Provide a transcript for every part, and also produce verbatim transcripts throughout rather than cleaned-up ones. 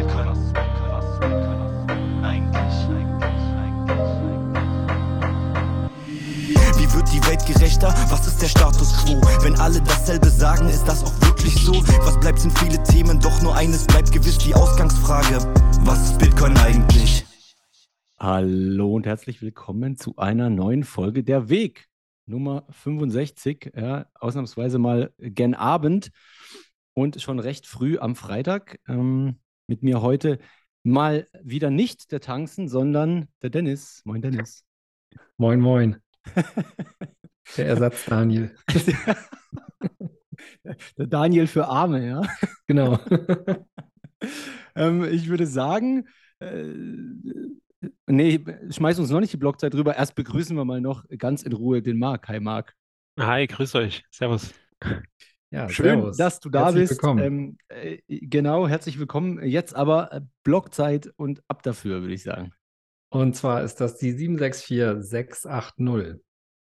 wir können, was wir können, was wir können. Eigentlich, eigentlich, eigentlich. Wie wird die Welt gerechter? Was ist der Status quo? Wenn alle dasselbe sagen, ist das auch wirklich so? Was bleibt, sind viele Themen, doch nur eines bleibt gewiss, die Ausgangsfrage. Was ist Bitcoin eigentlich? Hallo und herzlich willkommen zu einer neuen Folge Der Weg, Nummer fünfundsechzig, ja, ausnahmsweise mal gen Abend und schon recht früh am Freitag. Ähm, mit mir heute mal wieder nicht der Tangsen, sondern der Dennis. Moin Dennis. Moin, moin. Der Ersatz Daniel. Der Daniel für Arme, ja. Genau. ähm, ich würde sagen, äh, nee, schmeiß uns noch nicht die Blockzeit drüber. Erst begrüßen wir mal noch ganz in Ruhe den Marc. Hi Marc. Hi, grüß euch. Servus. Ja, Schön, servus. dass du da Herzlich bist. willkommen. Ähm, äh, genau, herzlich willkommen. Jetzt aber äh, Blockzeit und ab dafür, würde ich sagen. Und zwar ist das die sieben sechs vier sechs acht null.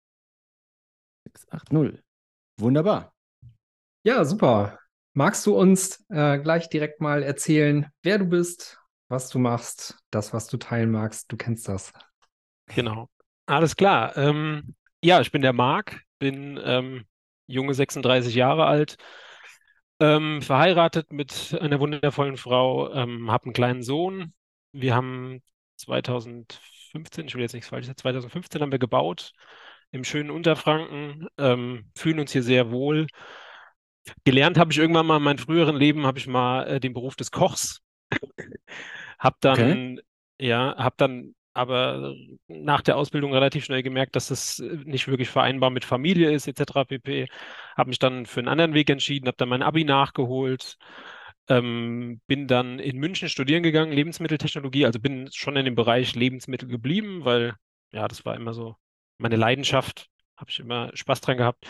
sechs acht null. Wunderbar. Ja, super. Magst du uns äh, gleich direkt mal erzählen, wer du bist, was du machst, das, was du teilen magst? Du kennst das. Genau. Alles klar. Ähm, ja, ich bin der Marc, bin ähm, junge sechsunddreißig Jahre alt, ähm, verheiratet mit einer wundervollen Frau, ähm, habe einen kleinen Sohn. Wir haben zweitausendfünfzehn, ich will jetzt nichts falsch sagen, zweitausendfünfzehn haben wir gebaut im schönen Unterfranken, ähm, fühlen uns hier sehr wohl. Gelernt habe ich irgendwann mal in meinem früheren Leben, habe ich mal äh, den Beruf des Kochs. Hab dann, ja, hab dann aber nach der Ausbildung relativ schnell gemerkt, dass das äh, nicht wirklich vereinbar mit Familie ist, et cetera pp. Habe mich dann für einen anderen Weg entschieden, habe dann mein Abi nachgeholt, ähm, bin dann in München studieren gegangen, Lebensmitteltechnologie, also bin schon in dem Bereich Lebensmittel geblieben, weil ja, das war immer so meine Leidenschaft, habe ich immer Spaß dran gehabt.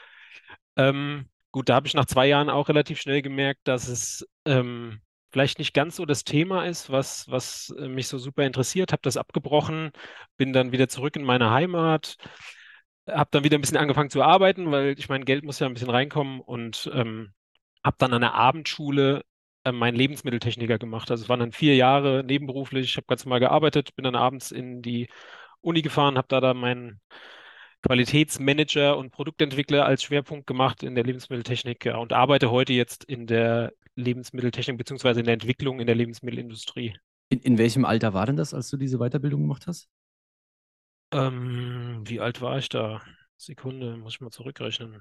Ähm, gut, da habe ich nach zwei Jahren auch relativ schnell gemerkt, dass es ähm, vielleicht nicht ganz so das Thema ist, was, was äh, mich so super interessiert. Habe das abgebrochen, bin dann wieder zurück in meine Heimat, habe dann wieder ein bisschen angefangen zu arbeiten, weil ich meine, Geld muss ja ein bisschen reinkommen und ähm, habe dann an der Abendschule äh, meinen Lebensmitteltechniker gemacht. Also es waren dann vier Jahre nebenberuflich, ich habe ganz normal gearbeitet, bin dann abends in die Uni gefahren, habe da dann meinen Qualitätsmanager und Produktentwickler als Schwerpunkt gemacht in der Lebensmitteltechnik, ja, und arbeite heute jetzt in der Lebensmitteltechnik beziehungsweise in der Entwicklung in der Lebensmittelindustrie. In, in welchem Alter war denn das, als du diese Weiterbildung gemacht hast? Ähm, wie alt war ich da? Sekunde, muss ich mal zurückrechnen.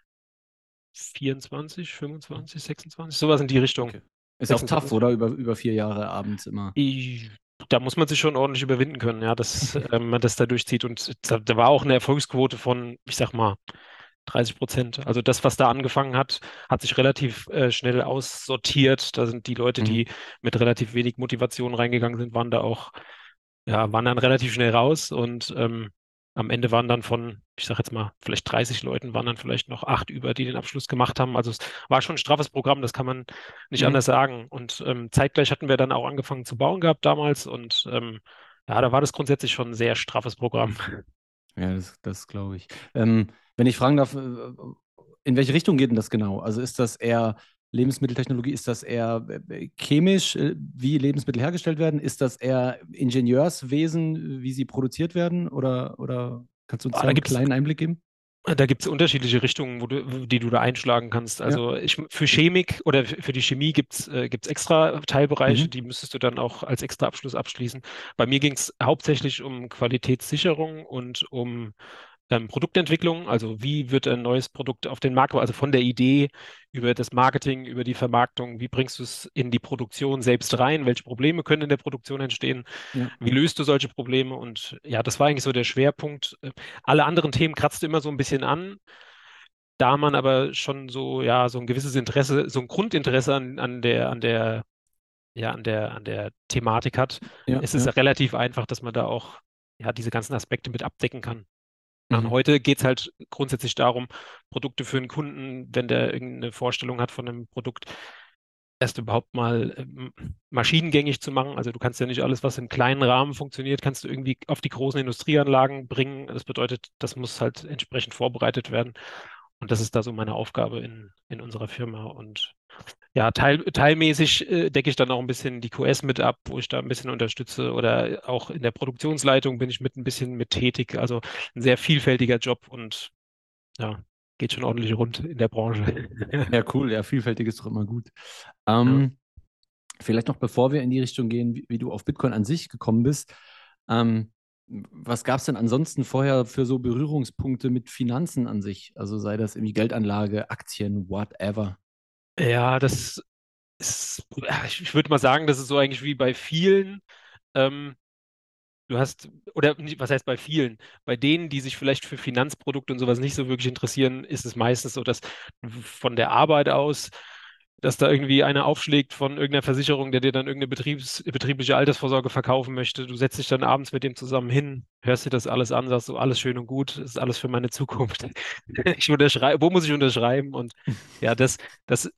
vierundzwanzig, fünfundzwanzig, sechsundzwanzig, sowas in die Richtung. Okay. Ist auch tough, sechsundzwanzig. oder? Über, über vier Jahre abends immer. Ich, da muss man sich schon ordentlich überwinden können, ja, dass ähm, man das da durchzieht. Und da, da war auch eine Erfolgsquote von, ich sag mal, dreißig Prozent. Also das, was da angefangen hat, hat sich relativ äh, schnell aussortiert. Da sind die Leute, Mhm. die mit relativ wenig Motivation reingegangen sind, waren da auch, ja, waren dann relativ schnell raus. Und ähm, am Ende waren dann von, ich sag jetzt mal, vielleicht dreißig Leuten, waren dann vielleicht noch acht über, die den Abschluss gemacht haben. Also es war schon ein straffes Programm, das kann man nicht Mhm. anders sagen. Und ähm, zeitgleich hatten wir dann auch angefangen zu bauen gehabt damals. Und ähm, ja, da war das grundsätzlich schon ein sehr straffes Programm. Ja, das, das glaube ich. Ähm, wenn ich fragen darf, äh, in welche Richtung geht denn das genau? Also ist das eher Lebensmitteltechnologie, ist das eher äh, chemisch, äh, wie Lebensmittel hergestellt werden? Ist das eher Ingenieurswesen, wie sie produziert werden? Oder, oder kannst du uns Ah, da da einen gibt's kleinen Einblick geben? Da gibt es unterschiedliche Richtungen, wo du, die du da einschlagen kannst. Ja. Also ich, für Chemik oder für für die Chemie gibt es äh, gibt's extra Teilbereiche, Mhm. die müsstest du dann auch als extra Abschluss abschließen. Bei mir ging es hauptsächlich um Qualitätssicherung und um ähm, Produktentwicklung. Also wie wird ein neues Produkt auf den Markt, also von der Idee über das Marketing, über die Vermarktung, wie bringst du es in die Produktion selbst rein? Welche Probleme können in der Produktion entstehen? Ja. Wie löst du solche Probleme? Und ja, das war eigentlich so der Schwerpunkt. Äh, Alle anderen Themen kratzte immer so ein bisschen an. Da man aber schon so, ja, so ein gewisses Interesse, so ein Grundinteresse an, an der, an der, ja, an der, an der Thematik hat, Ja, ist es ja. relativ einfach, dass man da auch, ja, diese ganzen Aspekte mit abdecken kann. Ja, und Mhm. heute geht es halt grundsätzlich darum, Produkte für einen Kunden, wenn der irgendeine Vorstellung hat von einem Produkt, erst überhaupt mal ähm, maschinengängig zu machen. Also du kannst ja nicht alles, was im kleinen Rahmen funktioniert, kannst du irgendwie auf die großen Industrieanlagen bringen. Das bedeutet, das muss halt entsprechend vorbereitet werden. Und das ist da so meine Aufgabe in, in unserer Firma. Und ja, teil, teilmäßig äh, decke ich dann auch ein bisschen die Q S mit ab, wo ich da ein bisschen unterstütze. Oder auch in der Produktionsleitung bin ich mit ein bisschen mit tätig. Also ein sehr vielfältiger Job und ja, geht schon ordentlich rund in der Branche. Ja, cool. Ja, vielfältig ist doch immer gut. Ja. Ähm, vielleicht noch bevor wir in die Richtung gehen, wie, wie du auf Bitcoin an sich gekommen bist. Ähm, was gab es denn ansonsten vorher für so Berührungspunkte mit Finanzen an sich? Also sei das irgendwie Geldanlage, Aktien, whatever. Ja, das ist, ja, ich, ich würde mal sagen, das ist so eigentlich wie bei vielen. Ähm, du hast, oder nicht, was heißt bei vielen? Bei denen, die sich vielleicht für Finanzprodukte und sowas nicht so wirklich interessieren, ist es meistens so, dass von der Arbeit aus, dass da irgendwie einer aufschlägt von irgendeiner Versicherung, der dir dann irgendeine Betriebs, betriebliche Altersvorsorge verkaufen möchte. Du setzt dich dann abends mit dem zusammen hin, hörst dir das alles an, sagst so, alles schön und gut, ist alles für meine Zukunft. Ich unterschreibe, wo muss ich unterschreiben? Und ja, das, das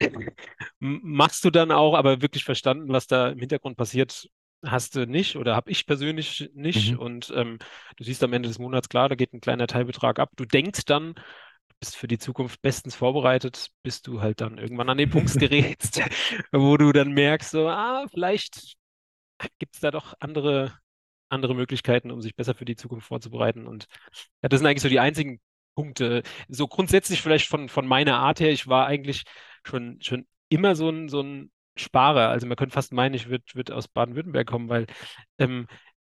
machst du dann auch, aber wirklich verstanden, was da im Hintergrund passiert, hast du nicht oder habe ich persönlich nicht. Mhm. Und ähm, du siehst am Ende des Monats, klar, da geht ein kleiner Teilbetrag ab. Du denkst dann, du bist für die Zukunft bestens vorbereitet, bis du halt dann irgendwann an den Punkt gerätst, wo du dann merkst, so, ah, vielleicht gibt es da doch andere, andere Möglichkeiten, um sich besser für die Zukunft vorzubereiten. Und ja, das sind eigentlich so die einzigen Punkte. So grundsätzlich vielleicht von, von meiner Art her, ich war eigentlich schon, schon immer so ein, so ein Sparer. Also man könnte fast meinen, ich würde würd würd aus Baden-Württemberg kommen, weil ähm,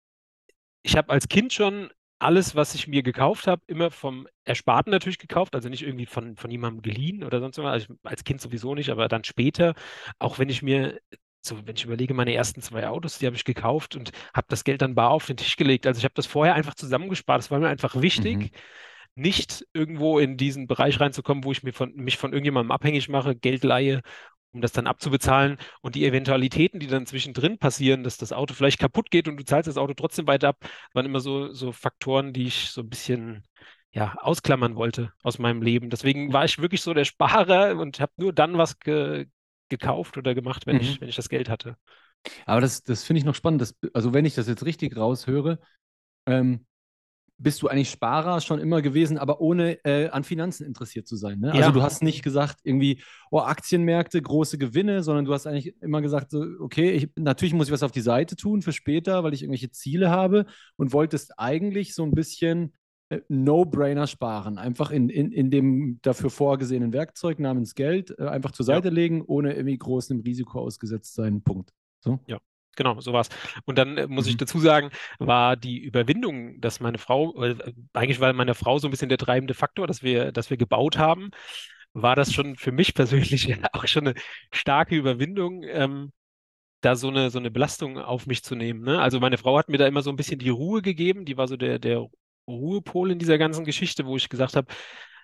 ich habe als Kind schon alles, was ich mir gekauft habe, immer vom Ersparten natürlich gekauft, also nicht irgendwie von, von jemandem geliehen oder sonst was. Also ich, als Kind sowieso nicht, aber dann später, auch wenn ich mir, so wenn ich überlege, meine ersten zwei Autos, die habe ich gekauft und habe das Geld dann bar auf den Tisch gelegt. Also ich habe das vorher einfach zusammengespart. Das war mir einfach wichtig, Mhm. nicht irgendwo in diesen Bereich reinzukommen, wo ich mir von, mich von irgendjemandem abhängig mache, Geld leihe, um das dann abzubezahlen. Und die Eventualitäten, die dann zwischendrin passieren, dass das Auto vielleicht kaputt geht und du zahlst das Auto trotzdem weiter ab, waren immer so, so Faktoren, die ich so ein bisschen ja, ausklammern wollte aus meinem Leben. Deswegen war ich wirklich so der Sparer und habe nur dann was ge gekauft oder gemacht, wenn Mhm. ich, wenn ich das Geld hatte. Aber das, das finde ich noch spannend. Das, also wenn ich das jetzt richtig raushöre, ähm, bist du eigentlich Sparer schon immer gewesen, aber ohne äh, an Finanzen interessiert zu sein. Ne? Also du Ja, hast nicht gesagt, irgendwie, oh, Aktienmärkte, große Gewinne, sondern du hast eigentlich immer gesagt, so, okay, ich, natürlich muss ich was auf die Seite tun für später, weil ich irgendwelche Ziele habe und wolltest eigentlich so ein bisschen äh, No-Brainer sparen. Einfach in, in, in dem dafür vorgesehenen Werkzeug namens Geld äh, einfach zur ja. Seite legen, ohne irgendwie großem Risiko ausgesetzt sein. Punkt. So? Ja, genau, so war's. Und dann äh, muss ich Mhm. dazu sagen, war die Überwindung, dass meine Frau, äh, eigentlich war meine Frau so ein bisschen der treibende Faktor, dass wir, dass wir gebaut haben, war das schon für mich persönlich auch schon eine starke Überwindung, ähm, da so eine, so eine Belastung auf mich zu nehmen. Ne? Also meine Frau hat mir da immer so ein bisschen die Ruhe gegeben, die war so der, der Ruhepol in dieser ganzen Geschichte, wo ich gesagt habe,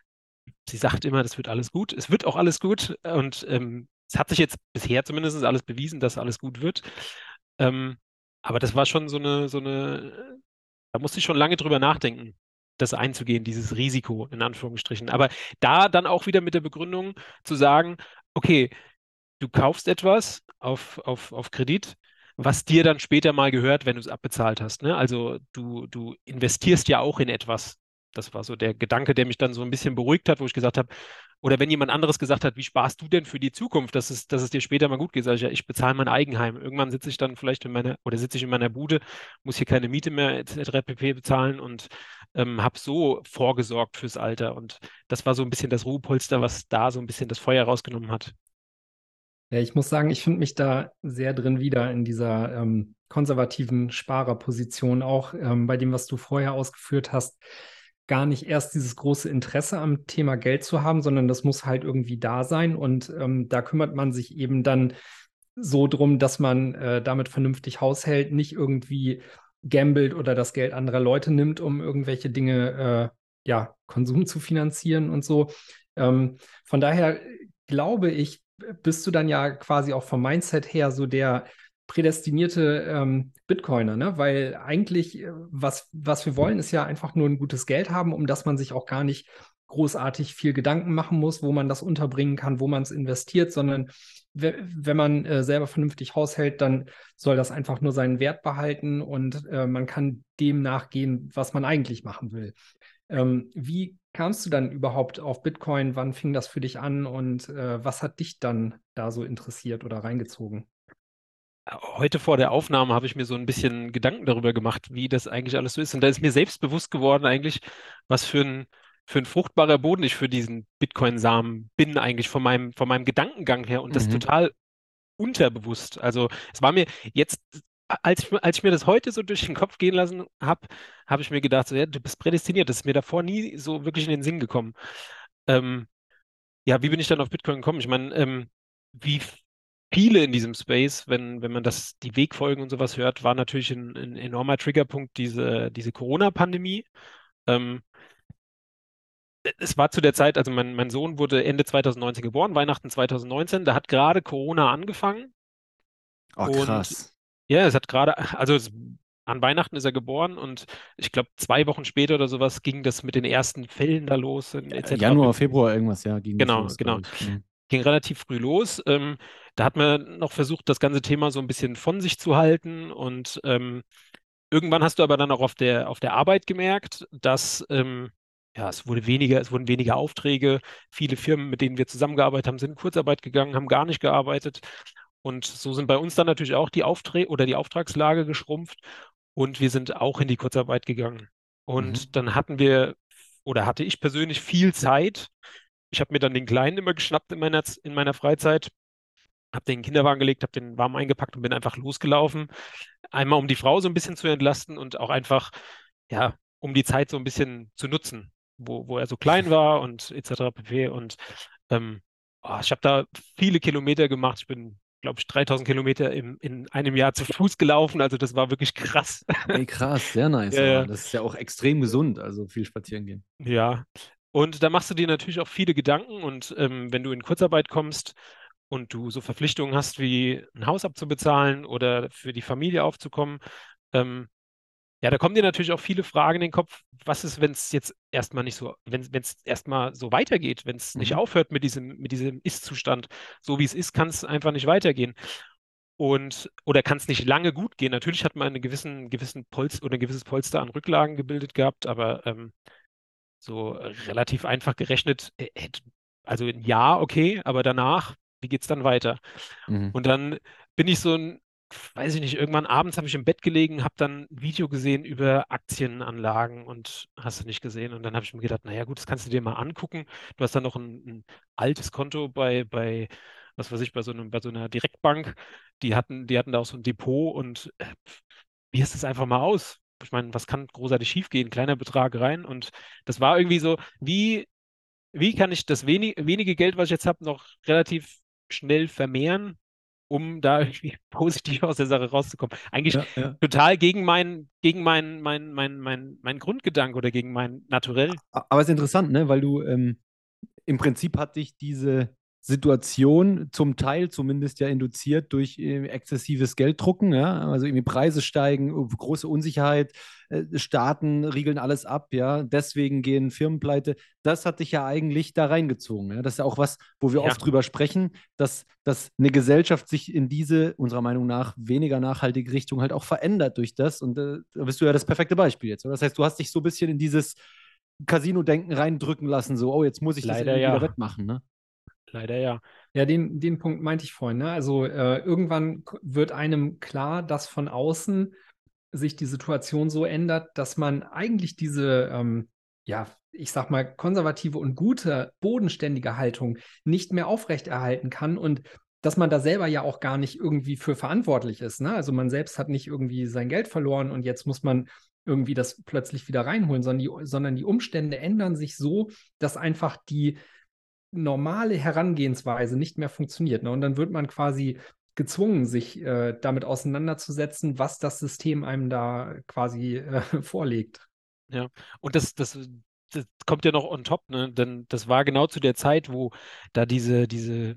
sie sagt immer, das wird alles gut. Es wird auch alles gut. Und ähm, es hat sich jetzt bisher zumindest alles bewiesen, dass alles gut wird. Ähm, aber das war schon so eine, so eine, da musste ich schon lange drüber nachdenken, das einzugehen, dieses Risiko in Anführungsstrichen. Aber da dann auch wieder mit der Begründung zu sagen, okay, du kaufst etwas auf, auf, auf Kredit, was dir dann später mal gehört, wenn du es abbezahlt hast. Ne? Also du, du investierst ja auch in etwas. Das war so der Gedanke, der mich dann so ein bisschen beruhigt hat, wo ich gesagt habe, oder wenn jemand anderes gesagt hat, wie sparst du denn für die Zukunft, dass es, dass es dir später mal gut geht, sage ich ja, ich bezahle mein Eigenheim. Irgendwann sitze ich dann vielleicht in meiner, oder sitze ich in meiner Bude, muss hier keine Miete mehr et cetera pp. Bezahlen und ähm, habe so vorgesorgt fürs Alter. Und das war so ein bisschen das Ruhepolster, was da so ein bisschen das Feuer rausgenommen hat. Ja, ich muss sagen, ich finde mich da sehr drin wieder in dieser ähm, konservativen Sparerposition, auch ähm, bei dem, was du vorher ausgeführt hast, gar nicht erst dieses große Interesse am Thema Geld zu haben, sondern das muss halt irgendwie da sein. Und ähm, da kümmert man sich eben dann so drum, dass man äh, damit vernünftig haushält, nicht irgendwie gambelt oder das Geld anderer Leute nimmt, um irgendwelche Dinge, äh, ja, Konsum zu finanzieren und so. Ähm, von daher glaube ich, bist du dann ja quasi auch vom Mindset her so der prädestinierte ähm, Bitcoiner, ne? Weil eigentlich, äh, was, was wir wollen, ist ja einfach nur ein gutes Geld haben, um das man sich auch gar nicht großartig viel Gedanken machen muss, wo man das unterbringen kann, wo man es investiert, sondern we- wenn man äh, selber vernünftig haushält, dann soll das einfach nur seinen Wert behalten und äh, man kann dem nachgehen, was man eigentlich machen will. Ähm, wie kamst du dann überhaupt auf Bitcoin? Wann fing das für dich an und äh, was hat dich dann da so interessiert oder reingezogen? Heute vor der Aufnahme habe ich mir so ein bisschen Gedanken darüber gemacht, wie das eigentlich alles so ist. Und da ist mir selbst bewusst geworden eigentlich, was für ein, für ein fruchtbarer Boden ich für diesen Bitcoin-Samen bin eigentlich von meinem, von meinem Gedankengang her und das Mhm. total unterbewusst. Also es war mir jetzt, als ich, als ich mir das heute so durch den Kopf gehen lassen habe, habe ich mir gedacht, so, ja, du bist prädestiniert. Das ist mir davor nie so wirklich in den Sinn gekommen. Ähm, ja, wie bin ich dann auf Bitcoin gekommen? Ich meine, ähm, wie viele in diesem Space, wenn, wenn man das, die Wegfolgen und sowas hört, war natürlich ein, ein enormer Triggerpunkt diese, diese Corona-Pandemie. Ähm, Es war zu der Zeit, also mein, mein Sohn wurde Ende zwanzig neunzehn geboren, Weihnachten zwanzig neunzehn, da hat gerade Corona angefangen Oh, und krass. ja, es hat gerade, also es, an Weihnachten ist er geboren und ich glaube zwei Wochen später oder sowas ging das mit den ersten Fällen da los und et cetera Januar, pp. Februar, irgendwas, ja, ging das Genau, los, genau. glaube ich. Mhm. Ging relativ früh los. Ähm, da hat man noch versucht, das ganze Thema so ein bisschen von sich zu halten. Und ähm, irgendwann hast du aber dann auch auf der, auf der Arbeit gemerkt, dass ähm, ja, es wurde weniger, es wurden weniger Aufträge. Viele Firmen, mit denen wir zusammengearbeitet haben, sind in Kurzarbeit gegangen, haben gar nicht gearbeitet. Und so sind bei uns dann natürlich auch die Aufträge oder die Auftragslage geschrumpft. Und wir sind auch in die Kurzarbeit gegangen. Mhm. Und dann hatten wir, oder hatte ich persönlich viel Zeit. Ich habe mir dann den Kleinen immer geschnappt in meiner, Z- in meiner Freizeit, habe den in den Kinderwagen gelegt, habe den warm eingepackt und bin einfach losgelaufen. Einmal, um die Frau so ein bisschen zu entlasten und auch einfach, ja, um die Zeit so ein bisschen zu nutzen, wo, wo er so klein war und et cetera pp. Und ähm, oh, ich habe da viele Kilometer gemacht. Ich bin, glaube ich, dreitausend Kilometer im, in einem Jahr zu Fuß gelaufen. Also das war wirklich krass. Ey, krass, sehr nice, Ja, aber ja. das ist ja auch extrem gesund, also viel spazieren gehen. Ja. Und da machst du dir natürlich auch viele Gedanken und ähm, wenn du in Kurzarbeit kommst, und du so Verpflichtungen hast, wie ein Haus abzubezahlen oder für die Familie aufzukommen, ähm, ja, da kommen dir natürlich auch viele Fragen in den Kopf. Was ist, wenn es jetzt erstmal nicht so, wenn wenn es erstmal so weitergeht, wenn es nicht Mhm. aufhört mit diesem, mit diesem Ist-Zustand, so wie es ist, kann es einfach nicht weitergehen. Und, oder kann es nicht lange gut gehen. Natürlich hat man einen gewissen, gewissen Polster oder ein gewisses Polster an Rücklagen gebildet gehabt, aber ähm, so relativ einfach gerechnet, äh, hätte- also ein Jahr, okay, aber danach, wie geht's dann weiter? Mhm. Und dann bin ich so ein, weiß ich nicht, irgendwann abends habe ich im Bett gelegen, habe dann ein Video gesehen über Aktienanlagen und hast du nicht gesehen. Und dann habe ich mir gedacht, naja gut, das kannst du dir mal angucken. Du hast dann noch ein, ein altes Konto bei, bei, was weiß ich, bei so einem, bei so einer Direktbank. Die hatten, die hatten da auch so ein Depot und äh, probierst es einfach mal aus. Ich meine, was kann großartig schiefgehen? Kleiner Betrag rein. Und das war irgendwie so, wie, wie kann ich das wenig, wenige Geld, was ich jetzt habe, noch relativ schnell vermehren, um da irgendwie positiv aus der Sache rauszukommen. Eigentlich Ja, ja. total gegen mein, gegen mein, mein, mein, mein, mein Grundgedanke oder gegen mein Naturell. A- Aber es ist interessant, ne? Weil du ähm, im Prinzip hat dich diese Situation zum Teil zumindest ja induziert durch äh, exzessives Gelddrucken, ja, also irgendwie Preise steigen, uh, große Unsicherheit, äh, Staaten riegeln alles ab, ja, deswegen gehen Firmen pleite. Das hat dich ja eigentlich da reingezogen, ja. Das ist ja auch was, wo wir Ja, oft drüber sprechen, dass, dass eine Gesellschaft sich in diese, unserer Meinung nach, weniger nachhaltige Richtung halt auch verändert durch das. Und äh, da bist du ja das perfekte Beispiel jetzt, oder? Das heißt, du hast dich so ein bisschen in dieses Casino-Denken reindrücken lassen, so, oh, jetzt muss ich das leider irgendwie wieder ja. wettmachen, ne? Leider ja. Ja, den, den Punkt meinte ich vorhin. Ne? Also äh, irgendwann k- wird einem klar, dass von außen sich die Situation so ändert, dass man eigentlich diese, ähm, ja, ich sag mal, konservative und gute, bodenständige Haltung nicht mehr aufrechterhalten kann und dass man da selber ja auch gar nicht irgendwie für verantwortlich ist. Ne? Also man selbst hat nicht irgendwie sein Geld verloren und jetzt muss man irgendwie das plötzlich wieder reinholen, sondern die, sondern die Umstände ändern sich so, dass einfach die normale Herangehensweise nicht mehr funktioniert. Ne? Und dann wird man quasi gezwungen, sich äh, damit auseinanderzusetzen, was das System einem da quasi äh, vorlegt. Ja. Und das, das, das kommt ja noch on top, ne? Denn das war genau zu der Zeit, wo da diese, diese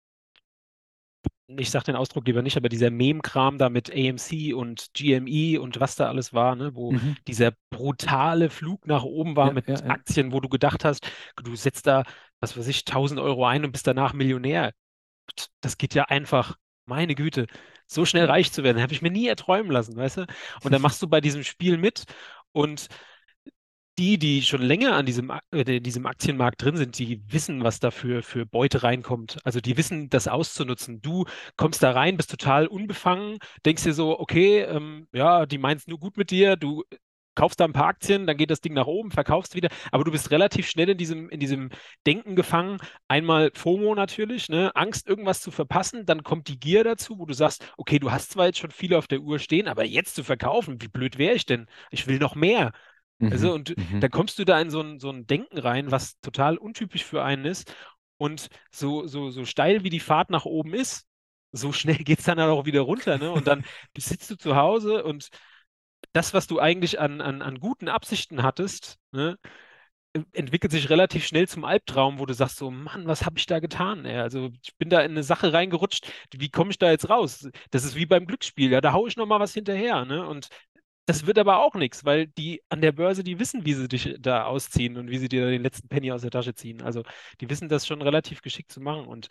ich sage den Ausdruck lieber nicht, aber dieser Meme-Kram da mit A M C und G M E und was da alles war, ne, wo Mhm. dieser brutale Flug nach oben war Ja, mit ja, ja. Aktien, wo du gedacht hast, du setzt da, was weiß ich, tausend Euro ein und bist danach Millionär. Das geht ja einfach, meine Güte, so schnell reich zu werden, habe ich mir nie erträumen lassen, weißt du? Und dann machst du bei diesem Spiel mit und die, die schon länger an diesem, Ak- äh, diesem Aktienmarkt drin sind, die wissen, was da für, für Beute reinkommt. Also die wissen, das auszunutzen. Du kommst da rein, bist total unbefangen, denkst dir so, okay, ähm, ja, die meinen es nur gut mit dir, du kaufst da ein paar Aktien, dann geht das Ding nach oben, verkaufst wieder, aber du bist relativ schnell in diesem, in diesem Denken gefangen. Einmal FOMO natürlich, ne? Angst, irgendwas zu verpassen, dann kommt die Gier dazu, wo du sagst, okay, du hast zwar jetzt schon viele auf der Uhr stehen, aber jetzt zu verkaufen, wie blöd wäre ich denn? Ich will noch mehr. Also, Mhm. und Mhm. dann kommst du da in so ein, so ein Denken rein, was total untypisch für einen ist. Und so, so, so steil wie die Fahrt nach oben ist, so schnell geht es dann auch wieder runter, ne? Und dann sitzt du zu Hause und das, was du eigentlich an, an, an guten Absichten hattest, ne, entwickelt sich relativ schnell zum Albtraum, wo du sagst so, Mann, was habe ich da getan? Ey? Also ich bin da in eine Sache reingerutscht, wie komme ich da jetzt raus? Das ist wie beim Glücksspiel, ja, da haue ich noch mal was hinterher, ne? Und das wird aber auch nichts, weil die an der Börse, die wissen, wie sie dich da ausziehen und wie sie dir den letzten Penny aus der Tasche ziehen. Also die wissen das schon relativ geschickt zu machen. Und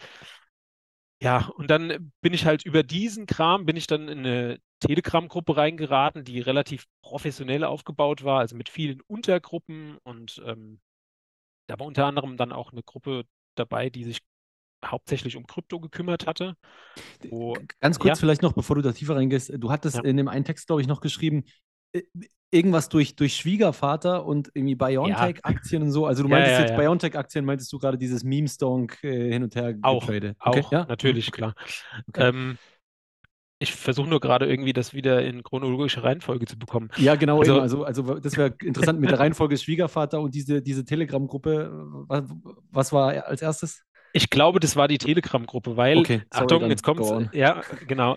ja, und dann bin ich halt über diesen Kram, bin ich dann in eine Telegram-Gruppe reingeraten, die relativ professionell aufgebaut war, also mit vielen Untergruppen. Und ähm, da war unter anderem dann auch eine Gruppe dabei, die sich hauptsächlich um Krypto gekümmert hatte. Wo, G- Ganz kurz ja, vielleicht noch, bevor du da tiefer reingehst. Du hattest ja, in dem einen Text, glaube ich, noch geschrieben, äh, irgendwas durch, durch Schwiegervater und irgendwie ja, BioNTech-Aktien und so. Also du ja, meintest ja, jetzt ja. BioNTech-Aktien, meintest du gerade dieses Meme-Stonk äh, hin und her Auch, getradet. Okay, auch, ja? Mhm, natürlich, okay, klar. okay. Ähm, Ich versuche nur gerade irgendwie das wieder in chronologische Reihenfolge zu bekommen. Ja, genau eben. Also Also, also das wäre interessant mit der Reihenfolge Schwiegervater und diese, diese Telegram-Gruppe. Was, was war als erstes? ich glaube, das war die Telegram-Gruppe, weil, Okay, sorry, Achtung, dann jetzt kommt's, go on. ja, genau.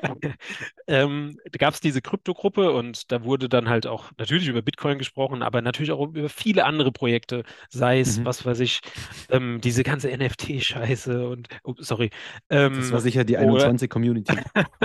Ähm, da gab es diese Krypto-Gruppe und da wurde dann halt auch natürlich über Bitcoin gesprochen, aber natürlich auch über viele andere Projekte, sei es, Mhm. was weiß ich, ähm, diese ganze N F T-Scheiße und, oh, sorry, Das war ähm, sicher die oder, einundzwanzig-Community.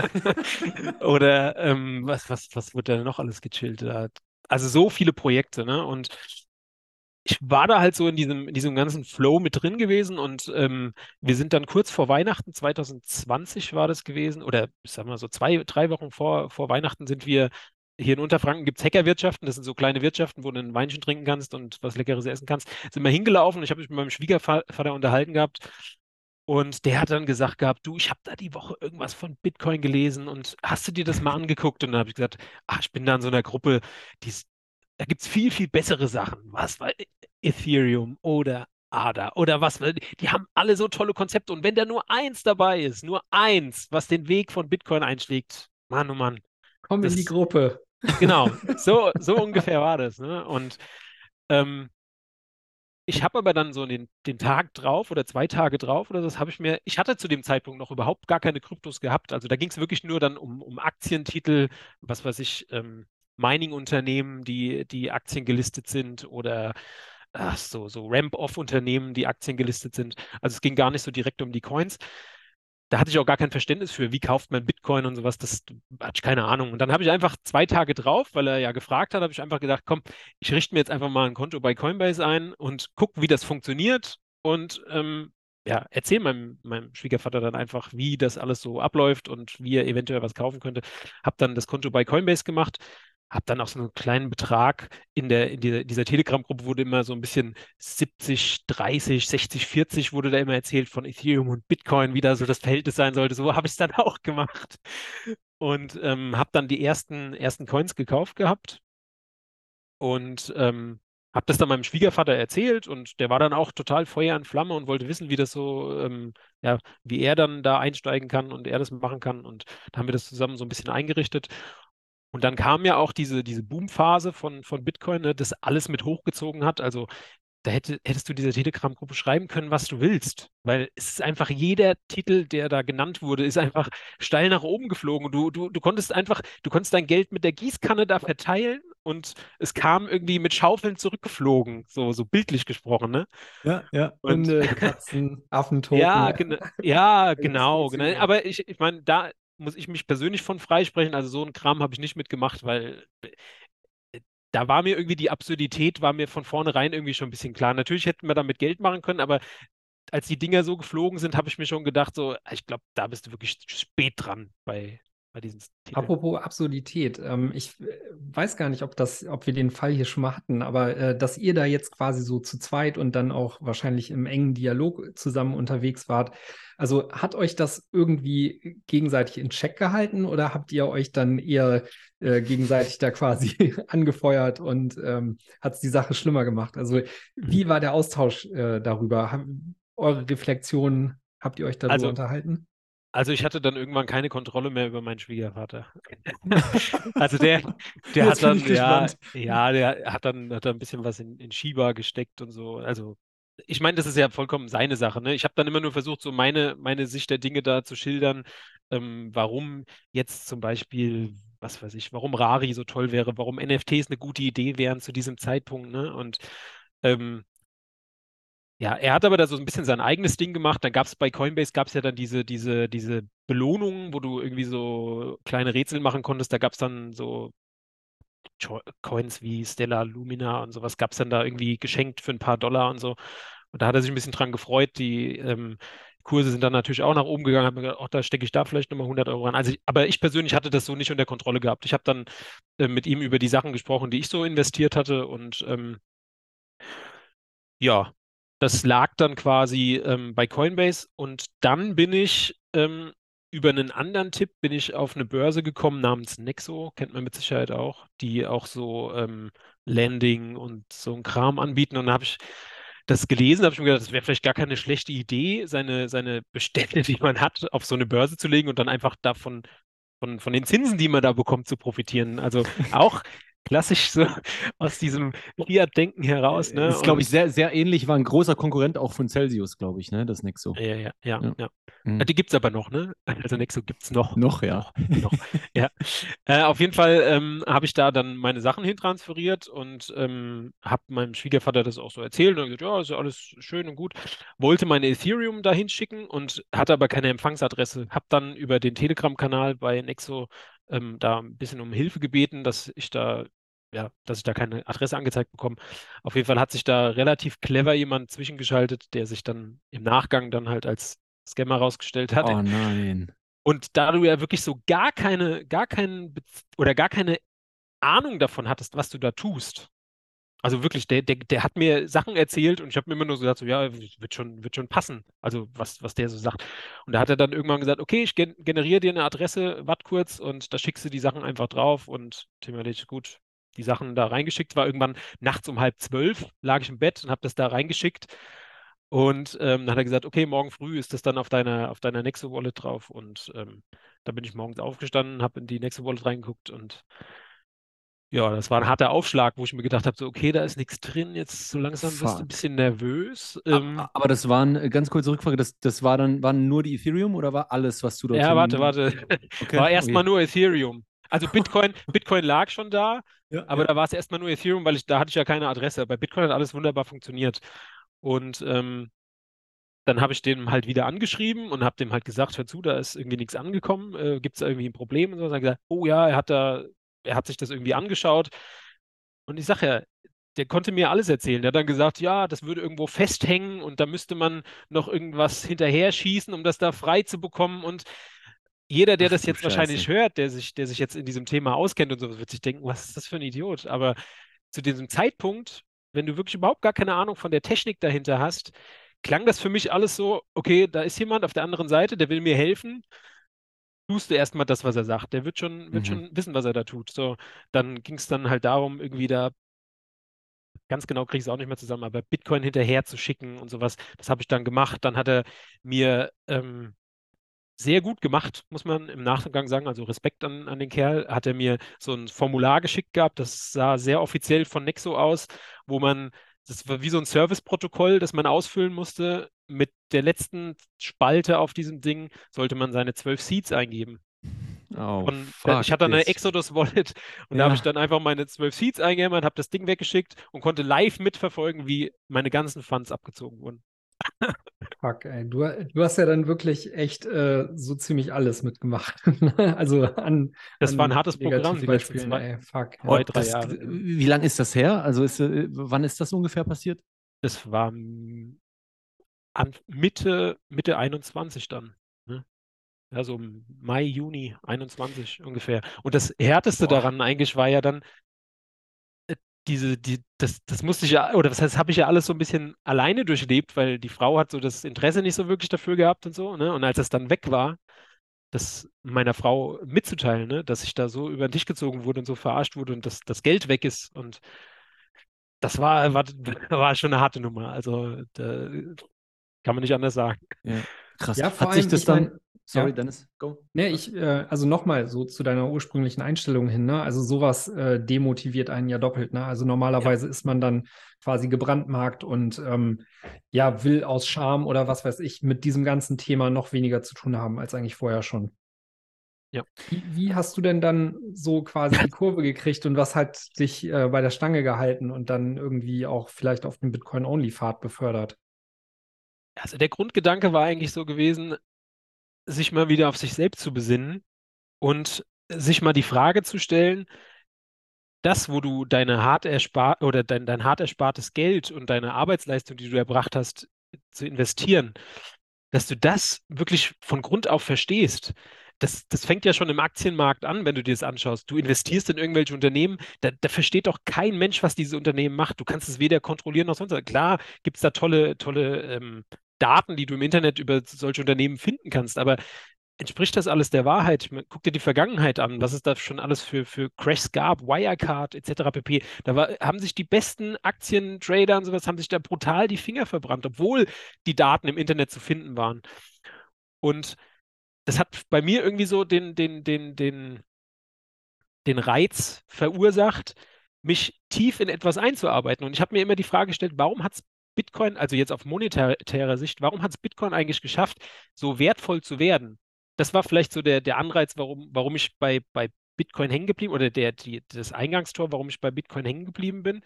oder ähm, was, was, was wird da noch alles gechillt? Da? Also so viele Projekte, ne? Und ich war da halt so in diesem, in diesem ganzen Flow mit drin gewesen und ähm, wir sind dann kurz vor Weihnachten, zwanzig zwanzig war das gewesen, oder ich sag mal so zwei, drei Wochen vor, vor Weihnachten sind wir, hier in Unterfranken gibt es Hackerwirtschaften, das sind so kleine Wirtschaften, wo du ein Weinchen trinken kannst und was Leckeres essen kannst. Sind wir hingelaufen, ich habe mich mit meinem Schwiegervater unterhalten gehabt und der hat dann gesagt gehabt, du, ich habe da die Woche irgendwas von Bitcoin gelesen und hast du dir das mal angeguckt? Und dann habe ich gesagt, ach, ich bin da in so einer Gruppe, die ist, da gibt es viel, viel bessere Sachen. Was, weil Ethereum oder A D A oder was, weil die haben alle so tolle Konzepte und wenn da nur eins dabei ist, nur eins, was den Weg von Bitcoin einschlägt, Mann, oh Mann, Komm in die das, Gruppe. genau, so, so ungefähr war das, ne? Und ähm, ich habe aber dann so den, den Tag drauf oder zwei Tage drauf oder das habe ich mir, ich hatte zu dem Zeitpunkt noch überhaupt gar keine Kryptos gehabt. Also da ging es wirklich nur dann um, um Aktientitel, was weiß ich, ähm, Mining-Unternehmen, die, die Aktien gelistet sind oder ach, so, so Ramp-Off-Unternehmen, die Aktien gelistet sind. Also es ging gar nicht so direkt um die Coins. Da hatte ich auch gar kein Verständnis für, wie kauft man Bitcoin und sowas, das hatte ich keine Ahnung. Und dann habe ich einfach zwei Tage drauf, weil er ja gefragt hat, habe ich einfach gedacht, komm, ich richte mir jetzt einfach mal ein Konto bei Coinbase ein und gucke, wie das funktioniert und ähm, ja, erzähle meinem, meinem Schwiegervater dann einfach, wie das alles so abläuft und wie er eventuell was kaufen könnte. Habe dann das Konto bei Coinbase gemacht, habe dann auch so einen kleinen Betrag in der, in dieser, dieser Telegram-Gruppe wurde immer so ein bisschen siebzig, dreißig, sechzig, vierzig wurde da immer erzählt von Ethereum und Bitcoin, wie da so das Verhältnis sein sollte. So habe ich es dann auch gemacht. Und ähm, habe dann die ersten, ersten Coins gekauft gehabt und ähm, habe das dann meinem Schwiegervater erzählt und der war dann auch total Feuer und Flamme und wollte wissen, wie das so, ähm, ja, wie er dann da einsteigen kann und er das machen kann. Und da haben wir das zusammen so ein bisschen eingerichtet. Und dann kam ja auch diese, diese Boomphase von, von Bitcoin, ne, das alles mit hochgezogen hat. Also da hätte, hättest du dieser Telegram-Gruppe schreiben können, was du willst. Weil es ist einfach jeder Titel, der da genannt wurde, ist einfach steil nach oben geflogen. Du, du, du konntest einfach, du konntest dein Geld mit der Gießkanne da verteilen und es kam irgendwie mit Schaufeln zurückgeflogen, so, so bildlich gesprochen, ne? Ja, ja. Und Hunde, Katzen, ja, Affentoten. gena ja, Alles genau, genau. funktioniert. Aber ich, ich meine, da muss ich mich persönlich von freisprechen. Also so einen Kram habe ich nicht mitgemacht, weil da war mir irgendwie die Absurdität, war mir von vornherein irgendwie schon ein bisschen klar. Natürlich hätten wir damit Geld machen können, aber als die Dinger so geflogen sind, habe ich mir schon gedacht, so, ich glaube, da bist du wirklich spät dran bei, bei diesen Titeln. Apropos Absurdität, ähm, ich äh, weiß gar nicht, ob das, ob wir den Fall hier schon mal hatten, aber äh, dass ihr da jetzt quasi so zu zweit und dann auch wahrscheinlich im engen Dialog zusammen unterwegs wart. Also hat euch das irgendwie gegenseitig in Check gehalten oder habt ihr euch dann eher äh, gegenseitig da quasi angefeuert und ähm, hat es die Sache schlimmer gemacht? Also wie war der Austausch äh, darüber? Haben, eure Reflexionen, habt ihr euch darüber Also, unterhalten? also ich hatte dann irgendwann keine Kontrolle mehr über meinen Schwiegervater. Also der, der Jetzt hat bin ich dann, ja, gespannt. ja, der hat dann, hat dann ein bisschen was in, in Schieber gesteckt und so. Also ich meine, das ist ja vollkommen seine Sache, ne? Ich habe dann immer nur versucht, so meine, meine Sicht der Dinge da zu schildern, ähm, warum jetzt zum Beispiel, was weiß ich, warum Rari so toll wäre, warum N F Ts eine gute Idee wären zu diesem Zeitpunkt, ne? Und ähm, ja, er hat aber da so ein bisschen sein eigenes Ding gemacht. Dann gab es bei Coinbase gab es ja dann diese, diese, diese Belohnungen, wo du irgendwie so kleine Rätsel machen konntest. Da gab es dann so Jo- Coins wie Stellar Lumina und sowas gab es dann da irgendwie geschenkt für ein paar Dollar und so. Und da hat er sich ein bisschen dran gefreut. Die ähm, Kurse sind dann natürlich auch nach oben gegangen. Hat mir gedacht, ach, da stecke ich da vielleicht nochmal hundert Euro ran. Also, ich, aber ich persönlich hatte das so nicht unter Kontrolle gehabt. Ich habe dann äh, mit ihm über die Sachen gesprochen, die ich so investiert hatte und ähm, ja, das lag dann quasi ähm, bei Coinbase und dann bin ich ähm, über einen anderen Tipp bin ich auf eine Börse gekommen namens Nexo, kennt man mit Sicherheit auch, die auch so ähm, Lending und so ein Kram anbieten. Und dann habe ich das gelesen, habe ich mir gedacht, das wäre vielleicht gar keine schlechte Idee, seine, seine Bestände, die man hat, auf so eine Börse zu legen und dann einfach davon von, von den Zinsen, die man da bekommt, zu profitieren. Also auch klassisch so aus diesem Fiat-Denken heraus, Äh, ne? Ist, glaube ich, Und sehr, sehr ähnlich, war ein großer Konkurrent auch von Celsius, glaube ich, ne? Das Nexo. ja, ja, ja, Ja. ja. Äh, Mhm. Die gibt es aber noch, ne? Also Nexo gibt es noch. Noch, ja. Noch, noch. Ja. Äh, auf jeden Fall ähm, habe ich da dann meine Sachen hintransferiert und ähm, habe meinem Schwiegervater das auch so erzählt und er gesagt, ja, ist ja alles schön und gut. Wollte meine Ethereum dahin schicken und hatte aber keine Empfangsadresse. Habe dann über den Telegram-Kanal bei Nexo ähm, da ein bisschen um Hilfe gebeten, dass ich da ja, dass ich da keine Adresse angezeigt bekomme. Auf jeden Fall hat sich da relativ clever jemand zwischengeschaltet, der sich dann im Nachgang dann halt als Scammer rausgestellt hat. Oh nein. Und da du ja wirklich so gar keine, gar keinen Bez- oder gar keine Ahnung davon hattest, was du da tust. Also wirklich, der, der, der hat mir Sachen erzählt und ich habe mir immer nur so gesagt, so, ja, wird schon, wird schon passen. Also was, was der so sagt. Und da hat er dann irgendwann gesagt, okay, ich gen generiere dir eine Adresse, wart kurz und da schickst du die Sachen einfach drauf und theoretisch gut, die Sachen da reingeschickt. War irgendwann nachts um halb zwölf, lag ich im Bett und habe das da reingeschickt. Und ähm, dann hat er gesagt, okay, morgen früh ist das dann auf deiner, auf deiner Nexo Wallet drauf. Und ähm, dann bin ich morgens aufgestanden, habe in die Nexo Wallet reingeguckt und ja, das war ein harter Aufschlag, wo ich mir gedacht habe, so, okay, da ist nichts drin, jetzt so langsam wirst du ein Fuck. bisschen nervös. A- Ähm, Aber das waren, äh, ganz kurze Rückfrage, das, das war dann, waren nur die Ethereum oder war alles, was du ja, warte, dorthin. warte. Okay, War erstmal okay. nur Ethereum. Also Bitcoin, Bitcoin lag schon da, Ja, aber ja. da war es erstmal nur Ethereum, weil ich, da hatte ich ja keine Adresse. Bei Bitcoin hat alles wunderbar funktioniert. Und ähm, dann habe ich den halt wieder angeschrieben und habe dem halt gesagt, hör zu, da ist irgendwie nichts angekommen, äh, gibt es irgendwie ein Problem? Und so. Und dann hat er gesagt, oh ja, er hat da, er hat sich das irgendwie angeschaut. Und ich sage ja, der konnte mir alles erzählen. Der hat dann gesagt, ja, das würde irgendwo festhängen und da müsste man noch irgendwas hinterher schießen, um das da frei zu bekommen. Und jeder, der Ach das du jetzt wahrscheinlich Scheiße. hört, der sich, der sich jetzt in diesem Thema auskennt und so, wird sich denken, was ist das für ein Idiot? Aber zu diesem Zeitpunkt, wenn du wirklich überhaupt gar keine Ahnung von der Technik dahinter hast, klang das für mich alles so, okay, da ist jemand auf der anderen Seite, der will mir helfen. Tust du erstmal das, was er sagt. Der wird schon, wird Mhm. schon wissen, was er da tut. So, dann ging es dann halt darum, irgendwie da ganz genau kriege ich es auch nicht mehr zusammen, aber Bitcoin hinterher zu schicken und sowas, das habe ich dann gemacht. Dann hat er mir ähm, sehr gut gemacht, muss man im Nachgang sagen, also Respekt an, an den Kerl, hat er mir so ein Formular geschickt gehabt, das sah sehr offiziell von Nexo aus, wo man, das war wie so ein Serviceprotokoll, das man ausfüllen musste. Mit der letzten Spalte auf diesem Ding sollte man seine zwölf Seeds eingeben. Oh, Von, da, fuck ich hatte eine this. Exodus Wallet und da habe ich Ja. dann einfach meine zwölf Seeds eingegeben, habe das Ding weggeschickt und konnte live mitverfolgen, wie meine ganzen Funds abgezogen wurden. Fuck, ey. Du, du hast ja dann wirklich echt äh, so ziemlich alles mitgemacht. Also an, Das war ein an hartes Programm die letzten Negativbeispielen, zwei, ey. Fuck, Und zwei, ja. drei das, Jahre. Ja. wie lange ist das her? Also ist, äh, wann ist das ungefähr passiert? Das war mm, an Mitte, Mitte einundzwanzig dann. Ne? Ja, so im Mai, Juni einundzwanzig ungefähr. Und das Härteste Boah. daran eigentlich war ja dann, diese, die, das, das musste ich ja, oder das heißt, habe ich ja alles so ein bisschen alleine durchlebt, weil die Frau hat so das Interesse nicht so wirklich dafür gehabt und so, ne? Und als es dann weg war, das meiner Frau mitzuteilen, ne? Dass ich da so über den Tisch gezogen wurde und so verarscht wurde und dass das Geld weg ist. Und das war, war, war schon eine harte Nummer. Also da kann man nicht anders sagen. Ja, krass. Ja, vor Hat sich allem, das ich dann. meine, Sorry, ja. Dennis, go. Nee, ich, äh, also nochmal so zu deiner ursprünglichen Einstellung hin, ne? Also sowas äh, demotiviert einen ja doppelt, ne? Also normalerweise ist man dann quasi gebrandmarkt und ähm, ja, will aus Scham oder was weiß ich mit diesem ganzen Thema noch weniger zu tun haben als eigentlich vorher schon. Ja. Wie, wie hast du denn dann so quasi die Kurve gekriegt und was hat dich äh, bei der Stange gehalten und dann irgendwie auch vielleicht auf den Bitcoin-Only-Pfad befördert? Also der Grundgedanke war eigentlich so gewesen, sich mal wieder auf sich selbst zu besinnen und sich mal die Frage zu stellen, das, wo du deine hart erspart oder dein, dein hart erspartes Geld und deine Arbeitsleistung, die du erbracht hast, zu investieren, dass du das wirklich von Grund auf verstehst. Das, das fängt ja schon im Aktienmarkt an, wenn du dir das anschaust. Du investierst in irgendwelche Unternehmen, da, da versteht doch kein Mensch, was diese Unternehmen macht. Du kannst es weder kontrollieren noch sonst was. Klar gibt es da tolle, tolle ähm, Daten, die du im Internet über solche Unternehmen finden kannst, aber entspricht das alles der Wahrheit? Ich meine, guck dir die Vergangenheit an, was es da schon alles für, für Crashs gab, Wirecard et cetera pp. Da war, haben sich die besten Aktientrader und sowas, haben sich da brutal die Finger verbrannt, obwohl die Daten im Internet zu finden waren. Und das hat bei mir irgendwie so den, den, den, den, den Reiz verursacht, mich tief in etwas einzuarbeiten. Und ich habe mir immer die Frage gestellt, warum hat es Bitcoin, also jetzt auf monetärer Sicht, warum hat es Bitcoin eigentlich geschafft, so wertvoll zu werden? Das war vielleicht so der, der Anreiz, warum, warum ich bei, bei Bitcoin hängen geblieben oder der, die, das Eingangstor, warum ich bei Bitcoin hängen geblieben bin.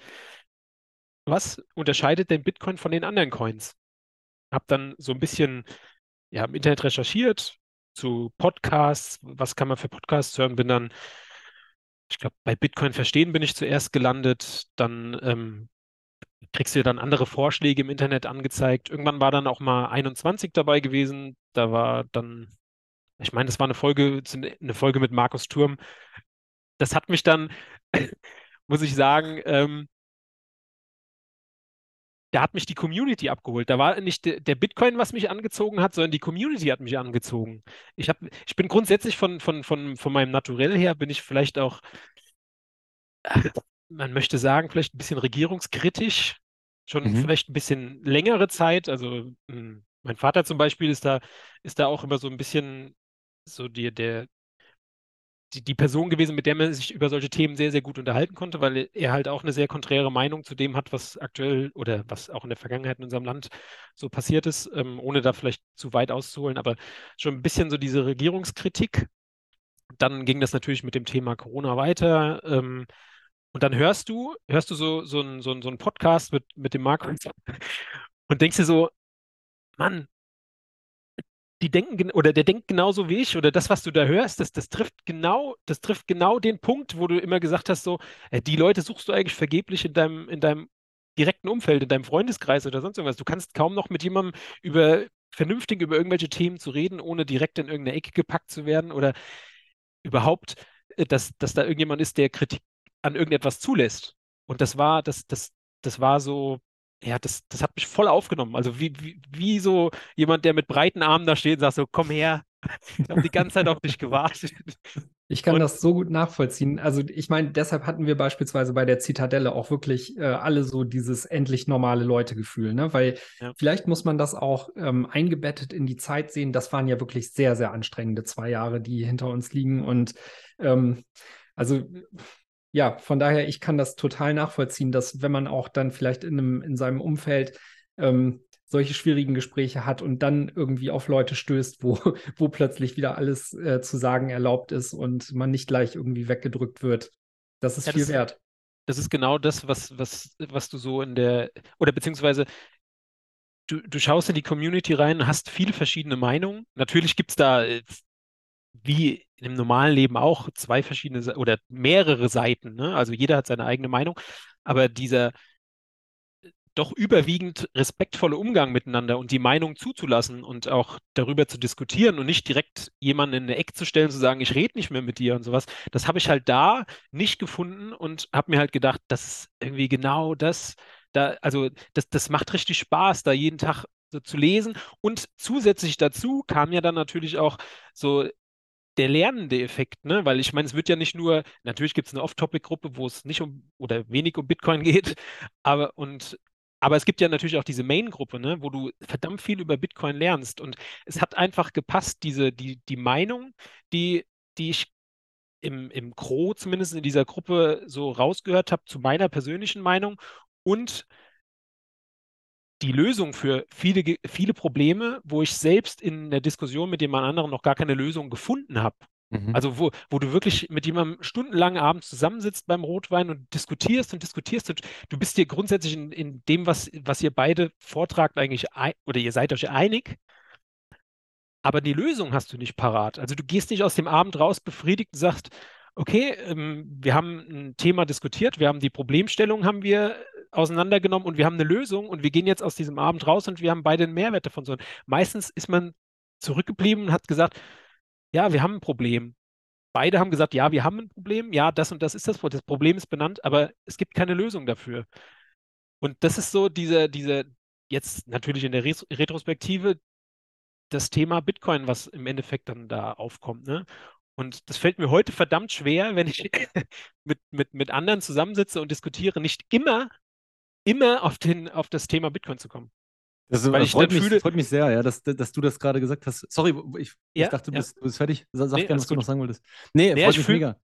Was unterscheidet denn Bitcoin von den anderen Coins? Habe dann so ein bisschen ja, im Internet recherchiert zu Podcasts, was kann man für Podcasts hören, bin dann, ich glaube, bei Bitcoin verstehen bin ich zuerst gelandet, dann ähm, kriegst du dann andere Vorschläge im Internet angezeigt. Irgendwann war dann auch mal einundzwanzig dabei gewesen, da war dann, ich meine, das war eine Folge, eine Folge mit Markus Thurm. Das hat mich dann, muss ich sagen, ähm, da hat mich die Community abgeholt. Da war nicht der, der Bitcoin, was mich angezogen hat, sondern die Community hat mich angezogen. Ich hab, ich bin grundsätzlich von, von, von, von meinem Naturell her, bin ich vielleicht auch, äh, man möchte sagen, vielleicht ein bisschen regierungskritisch, schon Mhm. vielleicht ein bisschen längere Zeit. Also mh, mein Vater zum Beispiel ist da, ist da auch immer so ein bisschen so die, der, die, die Person gewesen, mit der man sich über solche Themen sehr, sehr gut unterhalten konnte, weil er halt auch eine sehr konträre Meinung zu dem hat, was aktuell oder was auch in der Vergangenheit in unserem Land so passiert ist, ähm, ohne da vielleicht zu weit auszuholen, aber schon ein bisschen so diese Regierungskritik. Dann ging das natürlich mit dem Thema Corona weiter. Ähm, und dann hörst du, hörst du so, so einen so ein- so einen Podcast mit, mit dem Markus und denkst dir so, Mann, die denken gen- oder der denkt genauso wie ich oder das, was du da hörst, das, das trifft genau, das trifft genau den Punkt, wo du immer gesagt hast, so, äh, die Leute suchst du eigentlich vergeblich in deinem, in deinem direkten Umfeld, in deinem Freundeskreis oder sonst irgendwas. Du kannst kaum noch mit jemandem über vernünftig über irgendwelche Themen zu reden, ohne direkt in irgendeine Ecke gepackt zu werden oder überhaupt, äh, dass, dass da irgendjemand ist, der Kritik an irgendetwas zulässt. Und das war, das, das, das war so, ja, das, das hat mich voll aufgenommen. Also wie, wie, wie so jemand, der mit breiten Armen da steht und sagt so, komm her, ich habe die ganze Zeit auf dich gewartet. Ich kann Und das so gut nachvollziehen. Also ich meine, deshalb hatten wir beispielsweise bei der Zitadelle auch wirklich äh, alle so dieses endlich normale Leute-Gefühl, ne? Weil ja, vielleicht muss man das auch ähm, eingebettet in die Zeit sehen. Das waren ja wirklich sehr, sehr anstrengende zwei Jahre, die hinter uns liegen. Und ähm, also ja, von daher, ich kann das total nachvollziehen, dass wenn man auch dann vielleicht in einem, in seinem Umfeld ähm, solche schwierigen Gespräche hat und dann irgendwie auf Leute stößt, wo, wo plötzlich wieder alles äh, zu sagen erlaubt ist und man nicht gleich irgendwie weggedrückt wird. Das ist ja, viel das, wert. das ist genau das, was, was, was du so in der, oder beziehungsweise du, du schaust in die Community rein, hast viele verschiedene Meinungen. Natürlich gibt es da, äh, wie im normalen Leben auch, zwei verschiedene Se- oder mehrere Seiten, ne? Also jeder hat seine eigene Meinung. Aber dieser doch überwiegend respektvolle Umgang miteinander und die Meinung zuzulassen und auch darüber zu diskutieren und nicht direkt jemanden in eine Ecke zu stellen, zu sagen, ich rede nicht mehr mit dir und sowas. Das habe ich halt da nicht gefunden und habe mir halt gedacht, das ist irgendwie genau das, da, also das, das macht richtig Spaß, da jeden Tag so zu lesen. Und zusätzlich dazu kam ja dann natürlich auch so der lernende Effekt, ne? Weil ich meine, es wird ja nicht nur, natürlich gibt es eine Off-Topic-Gruppe, wo es nicht um oder wenig um Bitcoin geht, aber und aber es gibt ja natürlich auch diese Main-Gruppe, ne, wo du verdammt viel über Bitcoin lernst. Und es hat einfach gepasst, diese, die, die Meinung, die, die ich im, im Gros zumindest in dieser Gruppe so rausgehört habe, zu meiner persönlichen Meinung und die Lösung für viele, Ge- viele Probleme, wo ich selbst in der Diskussion mit jemand anderem noch gar keine Lösung gefunden habe. Mhm. Also wo, wo du wirklich mit jemandem stundenlang abends zusammensitzt beim Rotwein und diskutierst und diskutierst und du bist dir grundsätzlich in, in dem, was, was ihr beide vortragt, eigentlich ein, oder ihr seid euch einig, aber die Lösung hast du nicht parat. Also du gehst nicht aus dem Abend raus befriedigt und sagst, okay, ähm, wir haben ein Thema diskutiert, wir haben die Problemstellung haben wir auseinandergenommen und wir haben eine Lösung und wir gehen jetzt aus diesem Abend raus und wir haben beide einen Mehrwert davon. So, meistens ist man zurückgeblieben und hat gesagt, ja, wir haben ein Problem. Beide haben gesagt, ja, wir haben ein Problem, ja, das und das ist das, das Problem ist benannt, aber es gibt keine Lösung dafür. Und das ist so diese, diese, jetzt natürlich in der Res Retrospektive, das Thema Bitcoin, was im Endeffekt dann da aufkommt, ne? Und das fällt mir heute verdammt schwer, wenn ich mit, mit, mit anderen zusammensitze und diskutiere, nicht immer, immer auf den, auf das Thema Bitcoin zu kommen. Das Weil äh, ich dann freut mich, fühle, freut mich sehr, ja, dass, dass du das gerade gesagt hast. Sorry, ich, ich ja, dachte, du ja, bist, du bist fertig. Sa- Sag nee, gerne, was alles du noch gut. sagen wolltest. Nee, Nee, freut ich mich fühle, mega.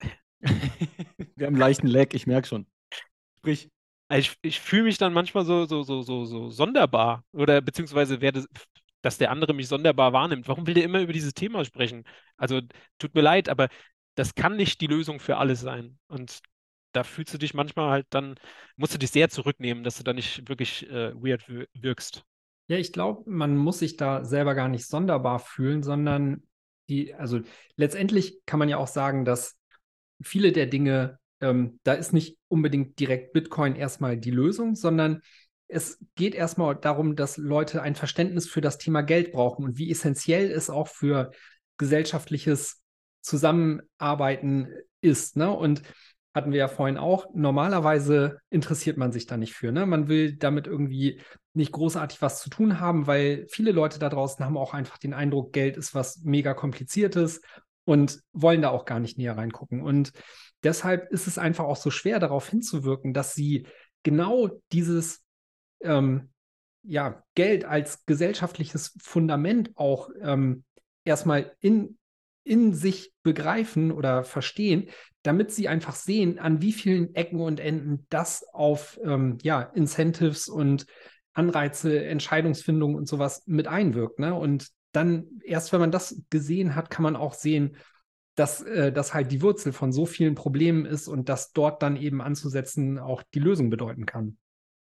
Wir haben einen leichten Lag, ich merke schon. Sprich. ich, ich fühle mich dann manchmal so, so, so, so, so sonderbar oder beziehungsweise werde, dass der andere mich sonderbar wahrnimmt. Warum will der immer über dieses Thema sprechen? Also tut mir leid, aber das kann nicht die Lösung für alles sein. Und da fühlst du dich manchmal halt dann, musst du dich sehr zurücknehmen, dass du da nicht wirklich äh, weird wir- wirkst. Ja, ich glaube, man muss sich da selber gar nicht sonderbar fühlen, sondern die, also letztendlich kann man ja auch sagen, dass viele der Dinge, ähm, da ist nicht unbedingt direkt Bitcoin erstmal die Lösung, sondern es geht erstmal darum, dass Leute ein Verständnis für das Thema Geld brauchen und wie essentiell es auch für gesellschaftliches Zusammenarbeiten ist, ne? Und hatten wir ja vorhin auch, normalerweise interessiert man sich da nicht für, ne? Man will damit irgendwie nicht großartig was zu tun haben, weil viele Leute da draußen haben auch einfach den Eindruck, Geld ist was mega kompliziertes und wollen da auch gar nicht näher reingucken. Und deshalb ist es einfach auch so schwer, darauf hinzuwirken, dass sie genau dieses ähm, ja, Geld als gesellschaftliches Fundament auch ähm, erstmal in, in sich begreifen oder verstehen, damit sie einfach sehen, an wie vielen Ecken und Enden das auf ähm, ja, Incentives und Anreize, Entscheidungsfindung und sowas mit einwirkt. Ne? Und dann, erst wenn man das gesehen hat, kann man auch sehen, dass äh, das halt die Wurzel von so vielen Problemen ist und dass dort dann eben anzusetzen auch die Lösung bedeuten kann.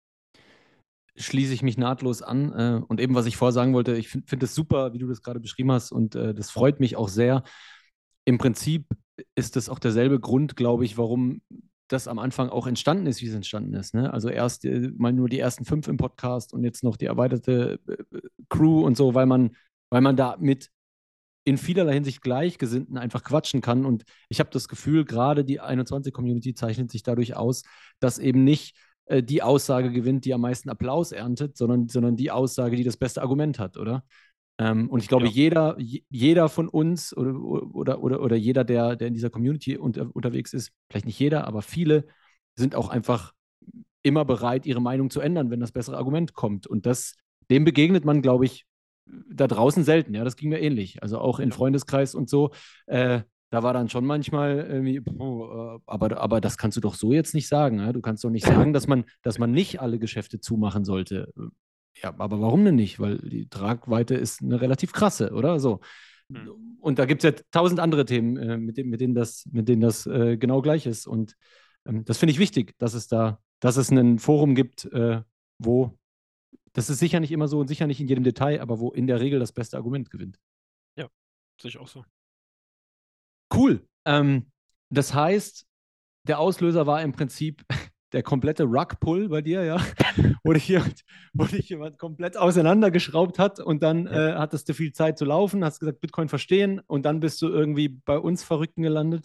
Schließe ich mich nahtlos an. Äh, und eben, was ich vorher sagen wollte, ich finde find es super, wie du das gerade beschrieben hast, und äh, das freut mich auch sehr. Im Prinzip ist das auch derselbe Grund, glaube ich, warum das am Anfang auch entstanden ist, wie es entstanden ist. Ne? Also erst äh, mal nur die ersten fünf im Podcast und jetzt noch die erweiterte äh, Crew und so, weil man, weil man da mit in vielerlei Hinsicht Gleichgesinnten einfach quatschen kann. Und ich habe das Gefühl, gerade die einundzwanzig-Community zeichnet sich dadurch aus, dass eben nicht äh, die Aussage gewinnt, die am meisten Applaus erntet, sondern, sondern die Aussage, die das beste Argument hat, oder? Ähm, und ich glaube, Ja. jeder, jeder von uns oder, oder, oder, oder jeder, der, der in dieser Community unter, unterwegs ist, vielleicht nicht jeder, aber viele, sind auch einfach immer bereit, ihre Meinung zu ändern, wenn das bessere Argument kommt. Und das, dem begegnet man, glaube ich, da draußen selten. Ja, das ging mir ähnlich. Also auch im Ja. Freundeskreis und so. Äh, da war dann schon manchmal irgendwie, puh, äh, aber, aber das kannst du doch so jetzt nicht sagen. Ja? Du kannst doch nicht sagen, dass man, dass man nicht alle Geschäfte zumachen sollte. Ja, aber warum denn nicht? Weil die Tragweite ist eine relativ krasse, oder? So. Hm. Und da gibt es ja tausend andere Themen, äh, mit, dem, mit denen das, mit denen das äh, genau gleich ist. Und ähm, das finde ich wichtig, dass es da, dass es ein Forum gibt, äh, wo, das ist sicher nicht immer so und sicher nicht in jedem Detail, aber wo in der Regel das beste Argument gewinnt. Ja, sehe ich auch so. Cool. Ähm, das heißt, der Auslöser war im Prinzip der komplette Rug-Pull bei dir, ja, wo dich jemand, wo dich jemand komplett auseinandergeschraubt hat und dann Ja. äh, hattest du viel Zeit zu laufen, hast gesagt, Bitcoin verstehen und dann bist du irgendwie bei uns Verrückten gelandet.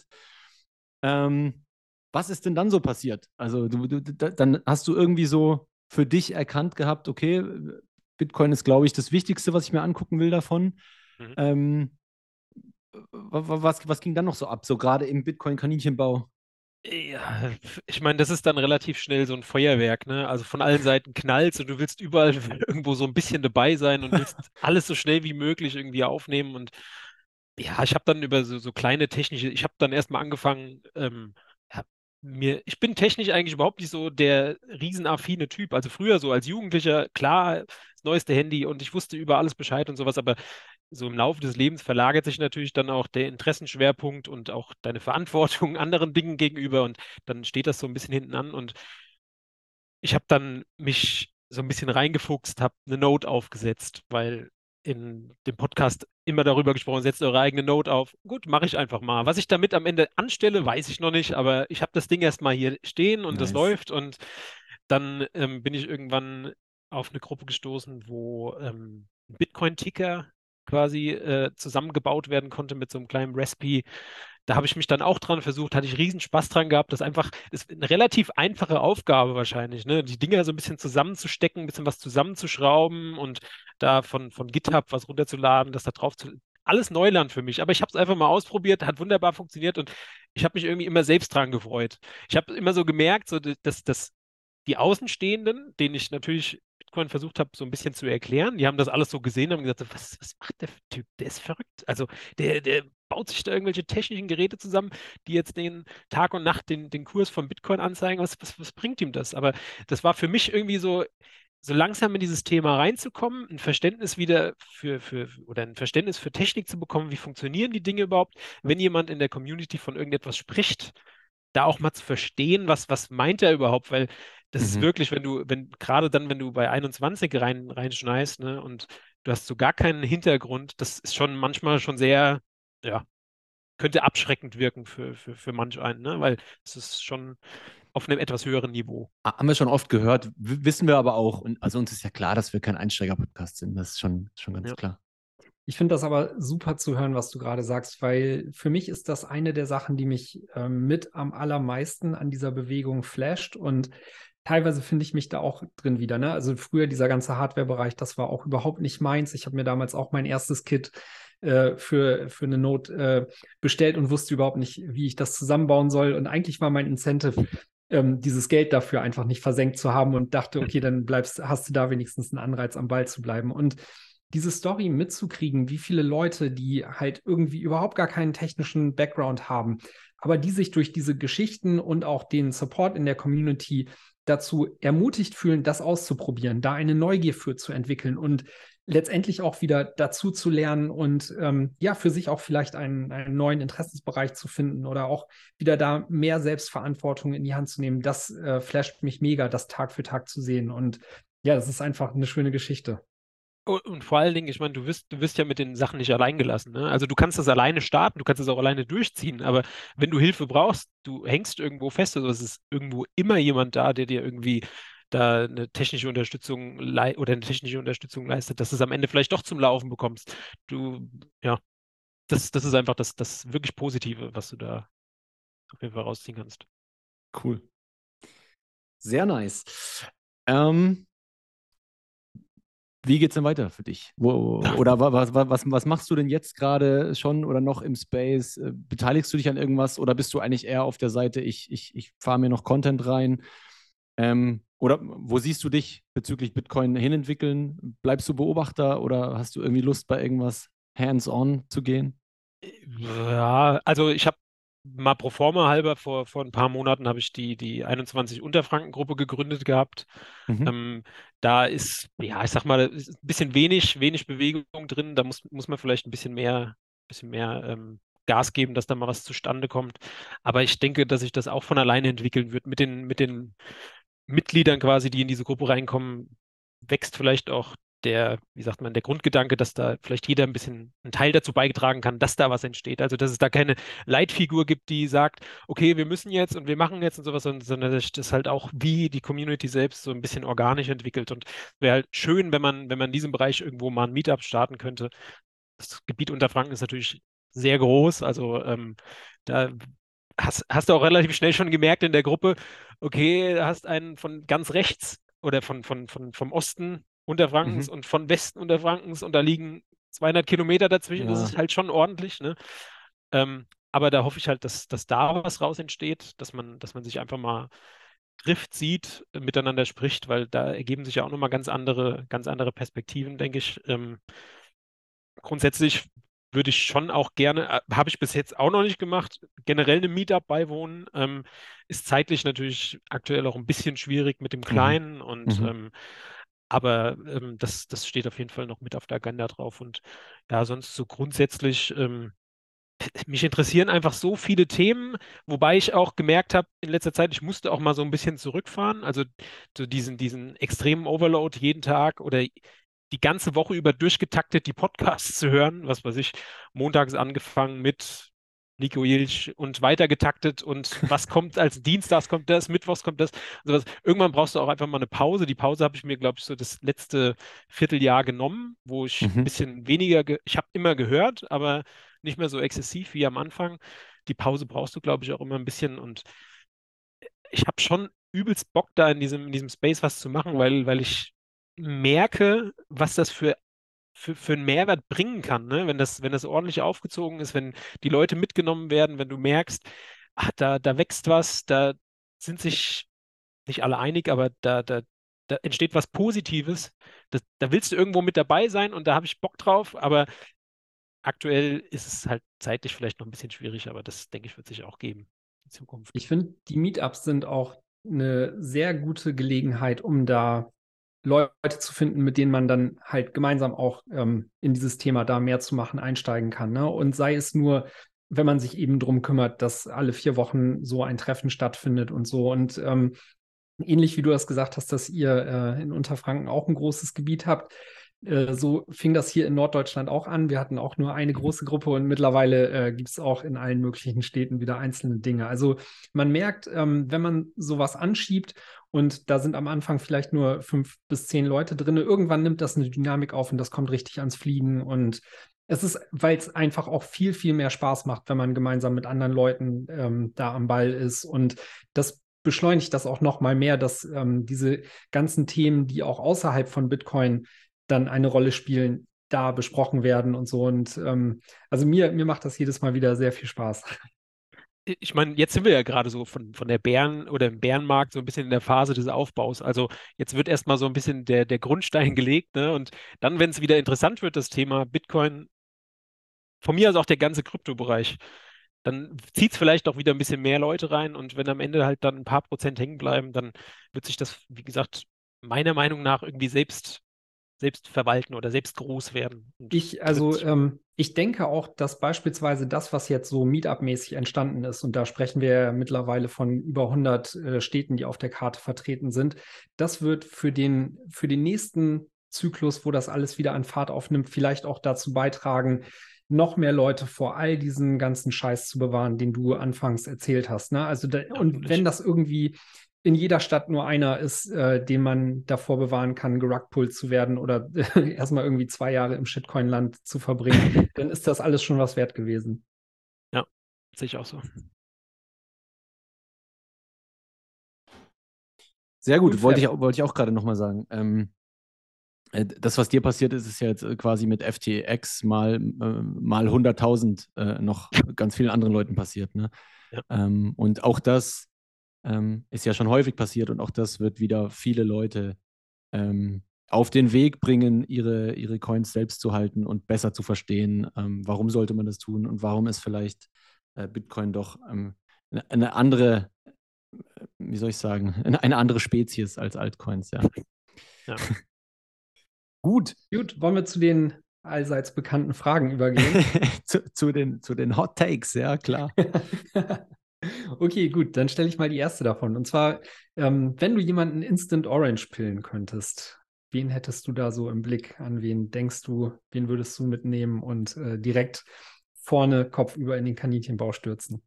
Ähm, was ist denn dann so passiert? Also du, du, da- dann hast du irgendwie so für dich erkannt gehabt, okay, Bitcoin ist, glaube ich, das Wichtigste, was ich mir angucken will davon. Mhm. Ähm, wa- wa- was, was ging dann noch so ab, so gerade im Bitcoin-Kaninchenbau? Ja, ich meine, das ist dann relativ schnell so ein Feuerwerk, ne? Also von allen Seiten knallt's und du willst überall irgendwo so ein bisschen dabei sein und willst alles so schnell wie möglich irgendwie aufnehmen. Und ja, ich habe dann über so, so kleine technische, ich habe dann erstmal angefangen, ähm, ja, mir, ich bin technisch eigentlich überhaupt nicht so der riesenaffine Typ. Also früher so als Jugendlicher, klar, das neueste Handy und ich wusste über alles Bescheid und sowas, aber so im Laufe des Lebens verlagert sich natürlich dann auch der Interessenschwerpunkt und auch deine Verantwortung anderen Dingen gegenüber und dann steht das so ein bisschen hinten an und ich habe dann mich so ein bisschen reingefuchst, habe eine Note aufgesetzt, weil in dem Podcast immer darüber gesprochen, setzt eure eigene Note auf. Gut, mache ich einfach mal. Was ich damit am Ende anstelle, weiß ich noch nicht, aber ich habe das Ding erstmal hier stehen und das Nice. läuft und dann ähm, bin ich irgendwann auf eine Gruppe gestoßen, wo ähm, ein Bitcoin-Ticker quasi äh, zusammengebaut werden konnte mit so einem kleinen Recipe. Da habe ich mich dann auch dran versucht, hatte ich riesen Spaß dran gehabt. Das ist einfach, das ist eine relativ einfache Aufgabe wahrscheinlich, ne? Die Dinger so ein bisschen zusammenzustecken, ein bisschen was zusammenzuschrauben und da von, von GitHub was runterzuladen, das da drauf zu. Alles Neuland für mich, aber ich habe es einfach mal ausprobiert, hat wunderbar funktioniert und ich habe mich irgendwie immer selbst dran gefreut. Ich habe immer so gemerkt, so, dass, dass die Außenstehenden, denen ich natürlich Bitcoin versucht habe, so ein bisschen zu erklären, die haben das alles so gesehen und haben gesagt, so, was, was macht der Typ? Der ist verrückt. Also der, der baut sich da irgendwelche technischen Geräte zusammen, die jetzt den Tag und Nacht den, den Kurs von Bitcoin anzeigen. Was, was, was bringt ihm das? Aber das war für mich irgendwie so, so langsam in dieses Thema reinzukommen, ein Verständnis wieder für, für, oder ein Verständnis für Technik zu bekommen, wie funktionieren die Dinge überhaupt, wenn jemand in der Community von irgendetwas spricht, da auch mal zu verstehen, was, was meint er überhaupt, weil das ist Mhm. wirklich, wenn du, wenn, gerade dann, wenn du bei einundzwanzig rein, reinschneist, ne, und du hast so gar keinen Hintergrund, das ist schon manchmal schon sehr, ja, könnte abschreckend wirken für, für, für manch einen, ne, weil es ist schon auf einem etwas höheren Niveau. Ha- Haben wir schon oft gehört, w- wissen wir aber auch. Und also uns ist ja klar, dass wir kein Einsteiger-Podcast sind. Das ist schon, schon ganz Ja. klar. Ich finde das aber super zu hören, was du gerade sagst, weil für mich ist das eine der Sachen, die mich ähm, mit am allermeisten an dieser Bewegung flasht und teilweise finde ich mich da auch drin wieder. Ne? Also früher dieser ganze Hardware-Bereich, das war auch überhaupt nicht meins. Ich habe mir damals auch mein erstes Kit äh, für, für eine Note äh, bestellt und wusste überhaupt nicht, wie ich das zusammenbauen soll. Und eigentlich war mein Incentive, ähm, dieses Geld dafür einfach nicht versenkt zu haben und dachte, okay, dann bleibst, hast du da wenigstens einen Anreiz, am Ball zu bleiben. Und diese Story mitzukriegen, wie viele Leute, die halt irgendwie überhaupt gar keinen technischen Background haben, aber die sich durch diese Geschichten und auch den Support in der Community dazu ermutigt fühlen, das auszuprobieren, da eine Neugier für zu entwickeln und letztendlich auch wieder dazu zu lernen und ähm, ja, für sich auch vielleicht einen, einen neuen Interessensbereich zu finden oder auch wieder da mehr Selbstverantwortung in die Hand zu nehmen. Das äh, flasht mich mega, das Tag für Tag zu sehen. Und ja, das ist einfach eine schöne Geschichte. Und, und vor allen Dingen, ich meine, du wirst, du wirst ja mit den Sachen nicht allein gelassen, ne? Also du kannst das alleine starten, du kannst es auch alleine durchziehen, aber wenn du Hilfe brauchst, du hängst irgendwo fest, also es ist irgendwo immer jemand da, der dir irgendwie da eine technische Unterstützung lei- oder eine technische Unterstützung leistet, dass du es am Ende vielleicht doch zum Laufen bekommst. Du, ja, das, das ist einfach das, das wirklich Positive, was du da auf jeden Fall rausziehen kannst. Cool. Sehr nice. Ähm, wie geht's denn weiter für dich? Wo, oder wa- was, was, was, was machst du denn jetzt gerade schon oder noch im Space? Äh, Beteiligst du dich an irgendwas oder bist du eigentlich eher auf der Seite, ich, ich, ich fahre mir noch Content rein? Ähm, oder wo siehst du dich bezüglich Bitcoin hinentwickeln? Bleibst du Beobachter oder hast du irgendwie Lust, bei irgendwas hands-on zu gehen? Ja, also ich habe mal pro forma halber vor, vor ein paar Monaten habe ich die, die einundzwanzig Unterfranken-Gruppe gegründet gehabt. Mhm. Ähm, da ist, ja, ich sag mal, ist ein bisschen wenig, wenig Bewegung drin. Da muss, muss man vielleicht ein bisschen mehr, bisschen mehr ähm, Gas geben, dass da mal was zustande kommt. Aber ich denke, dass sich das auch von alleine entwickeln wird. Mit den, mit den Mitgliedern quasi, die in diese Gruppe reinkommen, wächst vielleicht auch der, wie sagt man, der Grundgedanke, dass da vielleicht jeder ein bisschen einen Teil dazu beitragen kann, dass da was entsteht. Also, dass es da keine Leitfigur gibt, die sagt, okay, wir müssen jetzt und wir machen jetzt und sowas, sondern, sondern dass das halt auch wie die Community selbst so ein bisschen organisch entwickelt. Und wäre halt schön, wenn man, wenn man in diesem Bereich irgendwo mal ein Meetup starten könnte. Das Gebiet Unterfranken ist natürlich sehr groß, also ähm, da hast, hast du auch relativ schnell schon gemerkt in der Gruppe, okay, da hast einen von ganz rechts oder von, von, von, vom Osten Unterfrankens Mhm. und von Westen Unterfrankens und da liegen zweihundert Kilometer dazwischen, das Ja. ist halt schon ordentlich, ne? Ähm, aber da hoffe ich halt, dass, dass da was raus entsteht, dass man, dass man sich einfach mal trifft, sieht, äh, miteinander spricht, weil da ergeben sich ja auch nochmal ganz andere, ganz andere Perspektiven, denke ich. Ähm, grundsätzlich würde ich schon auch gerne, äh, habe ich bis jetzt auch noch nicht gemacht, generell einem Meetup beiwohnen. Ähm, ist zeitlich natürlich aktuell auch ein bisschen schwierig mit dem Mhm. Kleinen und Mhm. ähm, aber ähm, das, das steht auf jeden Fall noch mit auf der Agenda drauf. Und ja, sonst so grundsätzlich, ähm, mich interessieren einfach so viele Themen, wobei ich auch gemerkt habe in letzter Zeit, ich musste auch mal so ein bisschen zurückfahren. Also so diesen, diesen extremen Overload jeden Tag oder die ganze Woche über durchgetaktet die Podcasts zu hören, was weiß ich, montags angefangen mit Nico Jilch und weiter getaktet und was kommt als Dienstags kommt das, Mittwochs kommt das und sowas. Irgendwann brauchst du auch einfach mal eine Pause. Die Pause habe ich mir, glaube ich, so das letzte Vierteljahr genommen, wo ich ein Mhm. bisschen weniger, ge ich habe immer gehört, aber nicht mehr so exzessiv wie am Anfang. Die Pause brauchst du, glaube ich, auch immer ein bisschen und ich habe schon übelst Bock da in diesem, in diesem Space was zu machen, weil, weil ich merke, was das für, für, für einen Mehrwert bringen kann, ne? Wenn das, wenn das ordentlich aufgezogen ist, wenn die Leute mitgenommen werden, wenn du merkst, ach, da, da wächst was, da sind sich nicht alle einig, aber da, da, da entsteht was Positives. Das, da willst du irgendwo mit dabei sein und da habe ich Bock drauf, aber aktuell ist es halt zeitlich vielleicht noch ein bisschen schwierig, aber das, denke ich, wird sich auch geben in Zukunft. Ich finde, die Meetups sind auch eine sehr gute Gelegenheit, um da Leute zu finden, mit denen man dann halt gemeinsam auch ähm, in dieses Thema da mehr zu machen, einsteigen kann. Ne? Und sei es nur, wenn man sich eben drum kümmert, dass alle vier Wochen so ein Treffen stattfindet und so. Und ähm, ähnlich wie du das gesagt hast, dass ihr äh, in Unterfranken auch ein großes Gebiet habt. Äh, so fing das hier in Norddeutschland auch an. Wir hatten auch nur eine große Gruppe und mittlerweile äh, gibt es auch in allen möglichen Städten wieder einzelne Dinge. Also man merkt, ähm, wenn man sowas anschiebt und da sind am Anfang vielleicht nur fünf bis zehn Leute drin, irgendwann nimmt das eine Dynamik auf und das kommt richtig ans Fliegen. Und es ist, weil es einfach auch viel, viel mehr Spaß macht, wenn man gemeinsam mit anderen Leuten ähm, da am Ball ist. Und das beschleunigt das auch noch mal mehr, dass ähm, diese ganzen Themen, die auch außerhalb von Bitcoin dann eine Rolle spielen, da besprochen werden und so. Und ähm, also mir, mir macht das jedes Mal wieder sehr viel Spaß. Ich meine, jetzt sind wir ja gerade so von, von der Bären oder im Bärenmarkt so ein bisschen in der Phase des Aufbaus. Also jetzt wird erstmal so ein bisschen der, der Grundstein gelegt, ne? Und dann, wenn es wieder interessant wird, das Thema Bitcoin, von mir aus auch der ganze Kryptobereich, dann zieht es vielleicht auch wieder ein bisschen mehr Leute rein und wenn am Ende halt dann ein paar Prozent hängen bleiben, dann wird sich das, wie gesagt, meiner Meinung nach irgendwie selbst, selbst verwalten oder selbst groß werden. Und Ich, es also, wird, ähm, ich denke auch, dass beispielsweise das, was jetzt so Meetup-mäßig entstanden ist, und da sprechen wir ja mittlerweile von über hundert äh, Städten, die auf der Karte vertreten sind, das wird für den, für den nächsten Zyklus, wo das alles wieder an Fahrt aufnimmt, vielleicht auch dazu beitragen, noch mehr Leute vor all diesen ganzen Scheiß zu bewahren, den du anfangs erzählt hast. Ne? Also da, und natürlich. wenn das irgendwie in jeder Stadt nur einer ist, äh, den man davor bewahren kann, gerugpult zu werden oder äh, erstmal irgendwie zwei Jahre im Shitcoin-Land zu verbringen, dann ist das alles schon was wert gewesen. Ja, sehe ich auch so. Sehr gut, Gut, wollte ich, Fab. wollte ich auch gerade nochmal sagen. Ähm, äh, das, was dir passiert ist, ist ja jetzt äh, quasi mit F T X mal, äh, mal hunderttausend äh, noch ganz vielen anderen Leuten passiert. Ne? Ja. Ähm, und auch das ähm, ist ja schon häufig passiert und auch das wird wieder viele Leute ähm, auf den Weg bringen, ihre, ihre Coins selbst zu halten und besser zu verstehen, ähm, warum sollte man das tun und warum ist vielleicht äh, Bitcoin doch ähm, eine, eine andere, äh, wie soll ich sagen, eine, eine andere Spezies als Altcoins, ja. Ja. Gut. Gut, wollen wir zu den allseits bekannten Fragen übergehen? zu, zu, den, zu den Hot Takes, ja, klar. Okay, gut, dann stelle ich mal die erste davon. Und zwar, ähm, wenn du jemanden Instant Orange pillen könntest, wen hättest du da so im Blick? An wen denkst du, wen würdest du mitnehmen und äh, direkt vorne kopfüber in den Kaninchenbau stürzen?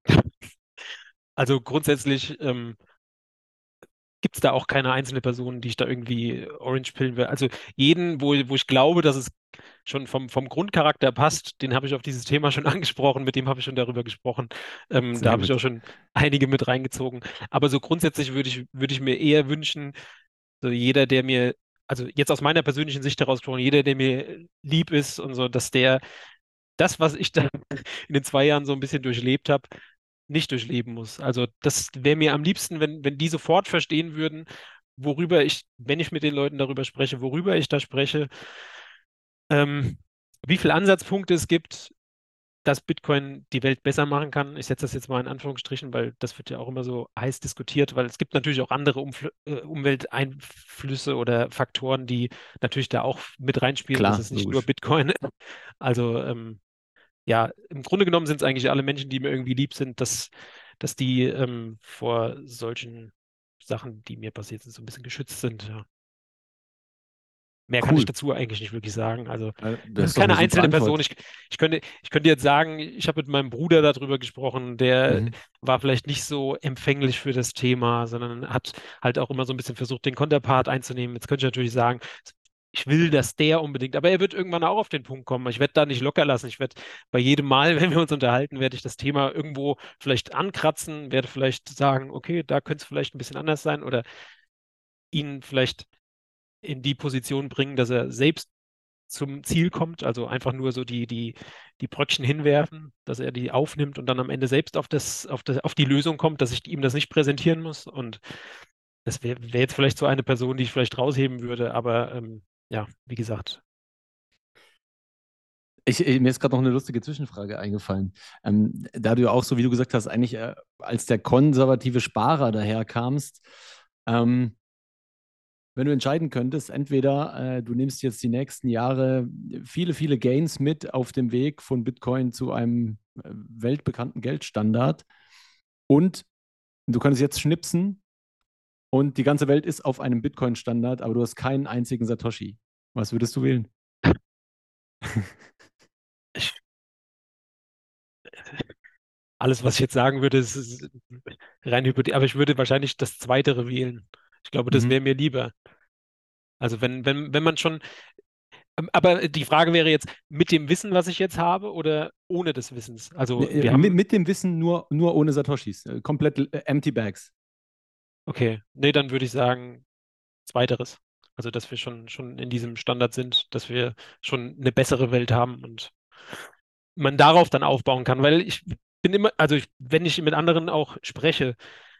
Also grundsätzlich ähm, gibt es da auch keine einzelne Person, die ich da irgendwie orange pillen will. Also jeden, wo, wo ich glaube, dass es schon vom, vom Grundcharakter passt, den habe ich auf dieses Thema schon angesprochen, mit dem habe ich schon darüber gesprochen. Ähm, da Sehr habe ich gut. auch schon einige mit reingezogen. Aber so grundsätzlich würde ich, würde ich mir eher wünschen, so jeder, der mir, also jetzt aus meiner persönlichen Sicht heraus gesprochen, jeder, der mir lieb ist und so, dass der das, was ich da in den zwei Jahren so ein bisschen durchlebt habe, nicht durchleben muss. Also das wäre mir am liebsten, wenn, wenn die sofort verstehen würden, worüber ich, wenn ich mit den Leuten darüber spreche, worüber ich da spreche, ähm, wie viele Ansatzpunkte es gibt, dass Bitcoin die Welt besser machen kann. Ich setze das jetzt mal in Anführungsstrichen, weil das wird ja auch immer so heiß diskutiert, weil es gibt natürlich auch andere Umfl äh, Umwelteinflüsse oder Faktoren, die natürlich da auch mit reinspielen. Das Klar, ist nicht nur logisch. Bitcoin. Also ähm, ja, im Grunde genommen sind es eigentlich alle Menschen, die mir irgendwie lieb sind, dass, dass die ähm, vor solchen Sachen, die mir passiert sind, so ein bisschen geschützt sind. Ja. Mehr kann ich Cool. dazu eigentlich nicht wirklich sagen. Also, Äh, das Das ist ist doch keine eine super einzelne Person. Antwort. Ich, ich könnte, ich könnte jetzt sagen, ich habe mit meinem Bruder darüber gesprochen, der Mhm. war vielleicht nicht so empfänglich für das Thema, sondern hat halt auch immer so ein bisschen versucht, den Konterpart einzunehmen. Jetzt könnte ich natürlich sagen, ich will, dass der unbedingt, aber er wird irgendwann auch auf den Punkt kommen. Ich werde da nicht locker lassen. Ich werde bei jedem Mal, wenn wir uns unterhalten, werde ich das Thema irgendwo vielleicht ankratzen, werde vielleicht sagen, okay, da könnte es vielleicht ein bisschen anders sein oder ihn vielleicht in die Position bringen, dass er selbst zum Ziel kommt, also einfach nur so die, die, die Bröckchen hinwerfen, dass er die aufnimmt und dann am Ende selbst auf das, auf das, auf die Lösung kommt, dass ich ihm das nicht präsentieren muss. Und das wäre wär jetzt vielleicht so eine Person, die ich vielleicht rausheben würde, aber ähm, ja, wie gesagt. Ich, ich, mir ist gerade noch eine lustige Zwischenfrage eingefallen. Ähm, da du ja auch so, wie du gesagt hast, eigentlich äh, als der konservative Sparer daherkamst, ähm, wenn du entscheiden könntest, entweder äh, du nimmst jetzt die nächsten Jahre viele, viele Gains mit auf dem Weg von Bitcoin zu einem äh, weltbekannten Geldstandard und du könntest jetzt schnipsen und die ganze Welt ist auf einem Bitcoin-Standard, aber du hast keinen einzigen Satoshi. Was würdest du wählen? Ich, alles, was ich jetzt sagen würde, ist, ist rein hypothetisch, aber ich würde wahrscheinlich das Zweitere wählen. Ich glaube, das Mhm. wäre mir lieber. Also wenn, wenn, wenn man schon, ähm, aber die Frage wäre jetzt, mit dem Wissen, was ich jetzt habe, oder ohne des Wissens? Also Äh, wir Mit, haben, mit dem Wissen nur, nur ohne Satoshis, äh, komplett äh, empty bags. okay, nee, dann würde ich sagen, Zweiteres. Also dass wir schon, schon in diesem Standard sind, dass wir schon eine bessere Welt haben und man darauf dann aufbauen kann, weil ich bin immer, also ich, wenn ich mit anderen auch spreche,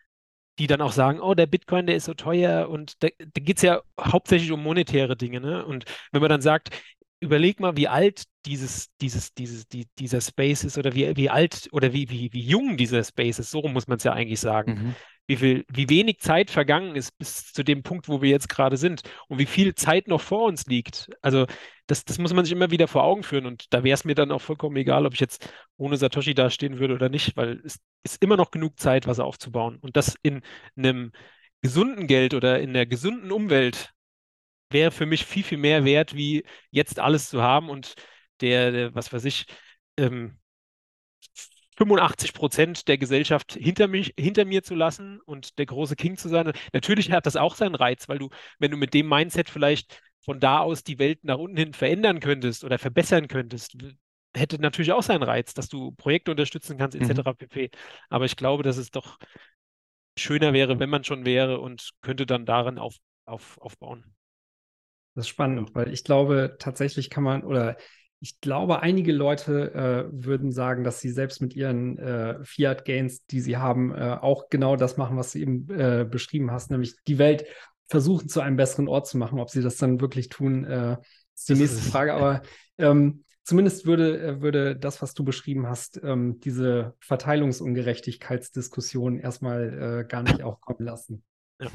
die dann auch sagen, oh, der Bitcoin, der ist so teuer und da, da geht es ja hauptsächlich um monetäre Dinge, ne? Und wenn man dann sagt, überleg mal, wie alt dieses, dieses, dieses, die, dieser Space ist oder wie, wie alt oder wie, wie, wie jung dieser Space ist, so rum muss man es ja eigentlich sagen. Mhm. Wie viel, wie wenig Zeit vergangen ist bis zu dem Punkt, wo wir jetzt gerade sind und wie viel Zeit noch vor uns liegt. Also das, das muss man sich immer wieder vor Augen führen und da wäre es mir dann auch vollkommen egal, ob ich jetzt ohne Satoshi dastehen würde oder nicht, weil es ist immer noch genug Zeit, was aufzubauen. Und das in einem gesunden Geld oder in der gesunden Umwelt wäre für mich viel, viel mehr wert, wie jetzt alles zu haben und der, der was weiß ich, ähm, fünfundachtzig Prozent der Gesellschaft hinter mich, hinter mir zu lassen und der große King zu sein. Natürlich hat das auch seinen Reiz, weil du, wenn du mit dem Mindset vielleicht von da aus die Welt nach unten hin verändern könntest oder verbessern könntest, hätte natürlich auch seinen Reiz, dass du Projekte unterstützen kannst, Mhm. et cetera pp. Aber ich glaube, dass es doch schöner wäre, wenn man schon wäre und könnte dann daran auf, auf, aufbauen. Das ist spannend, weil ich glaube, tatsächlich kann man, oder ich glaube, einige Leute äh, würden sagen, dass sie selbst mit ihren äh, Fiat-Gains, die sie haben, äh, auch genau das machen, was du eben äh, beschrieben hast, nämlich die Welt versuchen, zu einem besseren Ort zu machen. Ob sie das dann wirklich tun, äh, ist die Das ist nächste es. Frage. Aber ähm, zumindest würde, äh, würde das, was du beschrieben hast, ähm, diese Verteilungsungerechtigkeitsdiskussion erstmal äh, gar nicht aufkommen lassen. Ja.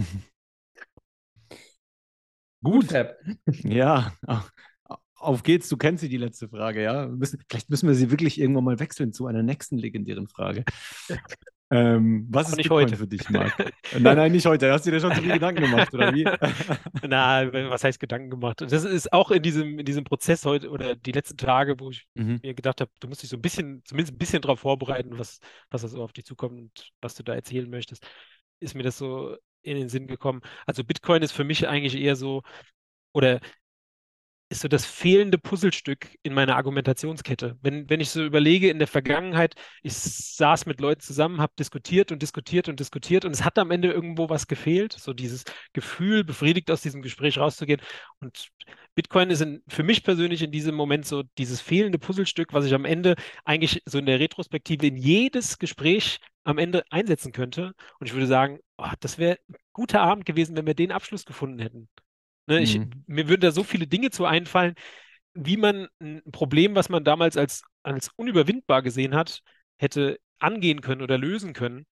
Gut. Fab. Ja, au- auf geht's. Du kennst sie, die letzte Frage, ja. Wir müssen, vielleicht müssen wir sie wirklich irgendwann mal wechseln zu einer nächsten legendären Frage. Ähm, was Auch ist nicht Bitcoin heute. für dich, Marc? Äh, Nein, nein, nicht heute. Hast du dir schon so viele Gedanken gemacht, oder wie? Na, was heißt Gedanken gemacht? Das ist auch in diesem, in diesem Prozess heute oder die letzten Tage, wo ich Mhm. mir gedacht habe, du musst dich so ein bisschen, zumindest ein bisschen darauf vorbereiten, was, was da so auf dich zukommt und was du da erzählen möchtest, ist mir das so in den Sinn gekommen. Also Bitcoin ist für mich eigentlich eher so, oder ist so das fehlende Puzzlestück in meiner Argumentationskette. Wenn, wenn ich so überlege, in der Vergangenheit, ich saß mit Leuten zusammen, habe diskutiert und diskutiert und diskutiert und es hat am Ende irgendwo was gefehlt, so dieses Gefühl, befriedigt aus diesem Gespräch rauszugehen. Und Bitcoin ist in, für mich persönlich in diesem Moment so dieses fehlende Puzzlestück, was ich am Ende eigentlich so in der Retrospektive in jedes Gespräch am Ende einsetzen könnte. Und ich würde sagen, oh, das wäre ein guter Abend gewesen, wenn wir den Abschluss gefunden hätten. Ne, ich, Mhm. mir würden da so viele Dinge zu einfallen, wie man ein Problem, was man damals als, als unüberwindbar gesehen hat, hätte angehen können oder lösen können.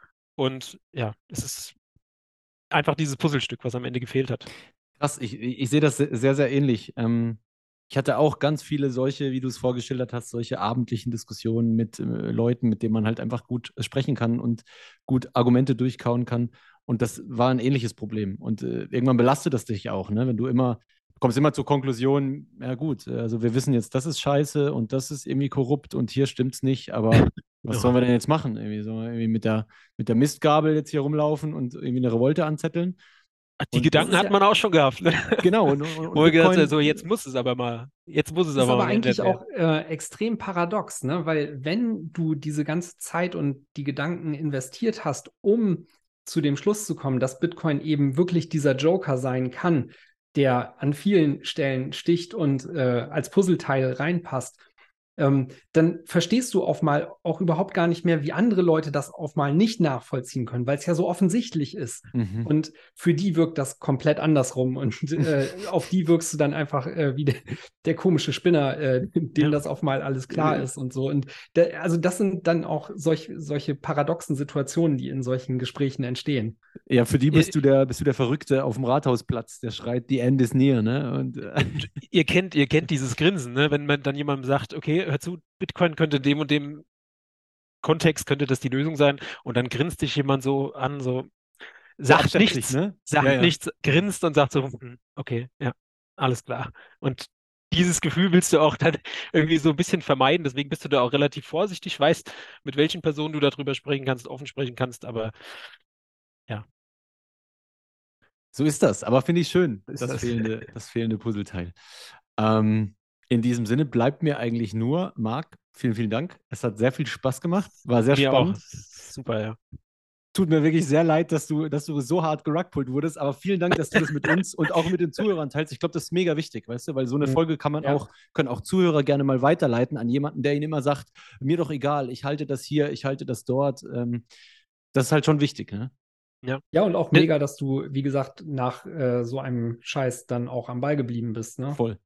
Und ja, es ist einfach dieses Puzzlestück, was am Ende gefehlt hat. Krass, ich, ich ich sehe das se- sehr, sehr ähnlich. Ähm, ich hatte auch ganz viele solche, wie du es vorgeschildert hast, solche abendlichen Diskussionen mit äh, Leuten, mit denen man halt einfach gut äh, sprechen kann und gut Argumente durchkauen kann. Und das war ein ähnliches Problem. Und äh, irgendwann belastet das dich auch, ne? Wenn du immer, du kommst immer zur Konklusion, ja gut, äh, also wir wissen jetzt, das ist scheiße und das ist irgendwie korrupt und hier stimmt's nicht, aber was sollen Ja. wir denn jetzt machen? Irgendwie sollen wir irgendwie mit der, mit der Mistgabel jetzt hier rumlaufen und irgendwie eine Revolte anzetteln? Die Und das Gedanken ist hat ja, man auch schon gehabt. Ne? genau, und, und, und Wo wir gedacht haben, Bitcoin, so jetzt muss es aber mal, jetzt muss es Ist aber aber mal geändert eigentlich werden. auch äh, extrem paradox, ne? Weil wenn du diese ganze Zeit und die Gedanken investiert hast, um zu dem Schluss zu kommen, dass Bitcoin eben wirklich dieser Joker sein kann, der an vielen Stellen sticht und äh, als Puzzleteil reinpasst, ähm, dann verstehst du auf mal auch überhaupt gar nicht mehr, wie andere Leute das auf mal nicht nachvollziehen können, weil es ja so offensichtlich ist. mhm. Und für die wirkt das komplett andersrum. Und äh, auf die wirkst du dann einfach äh, wie der, der komische Spinner, äh, dem Ja. das auf mal alles klar ist und so. Und da, also das sind dann auch solch, solche paradoxen Situationen, die in solchen Gesprächen entstehen. Ja, für die Ihr, bist du der, bist du der Verrückte auf dem Rathausplatz, der schreit, the end is near, ne? Und äh, und ihr kennt, ihr kennt dieses Grinsen, ne? Wenn man dann jemandem sagt, okay, hör zu, Bitcoin könnte in dem und dem Kontext könnte das die Lösung sein. Und dann grinst dich jemand so an, so so sagt abschätzig, nichts, ne? Ja, sagt ja. nichts, grinst und sagt so, hm, okay, ja, alles klar. Und dieses Gefühl willst du auch dann irgendwie so ein bisschen vermeiden. Deswegen bist du da auch relativ vorsichtig, weißt, mit welchen Personen du darüber sprechen kannst, offen sprechen kannst. Aber ja, So ist das. Aber finde ich schön, so ist das das. fehlende, das fehlende Puzzleteil. Ähm, in diesem Sinne bleibt mir eigentlich nur, Marc, vielen, vielen Dank. Es hat sehr viel Spaß gemacht, war sehr Mir auch. spannend. Super, ja. Tut mir wirklich sehr leid, dass du, dass du so hart gerugpult wurdest, aber vielen Dank, dass du das mit uns und auch mit den Zuhörern teilst. Ich glaube, das ist mega wichtig, weißt du, weil so eine Mhm. Folge kann man Ja. auch, können auch Zuhörer gerne mal weiterleiten an jemanden, der ihnen immer sagt, mir doch egal, ich halte das hier, ich halte das dort. Ähm, das ist halt schon wichtig, ne? Ja. Ja, und auch Ne, mega, dass du, wie gesagt, nach äh, so einem Scheiß dann auch am Ball geblieben bist, ne? Voll.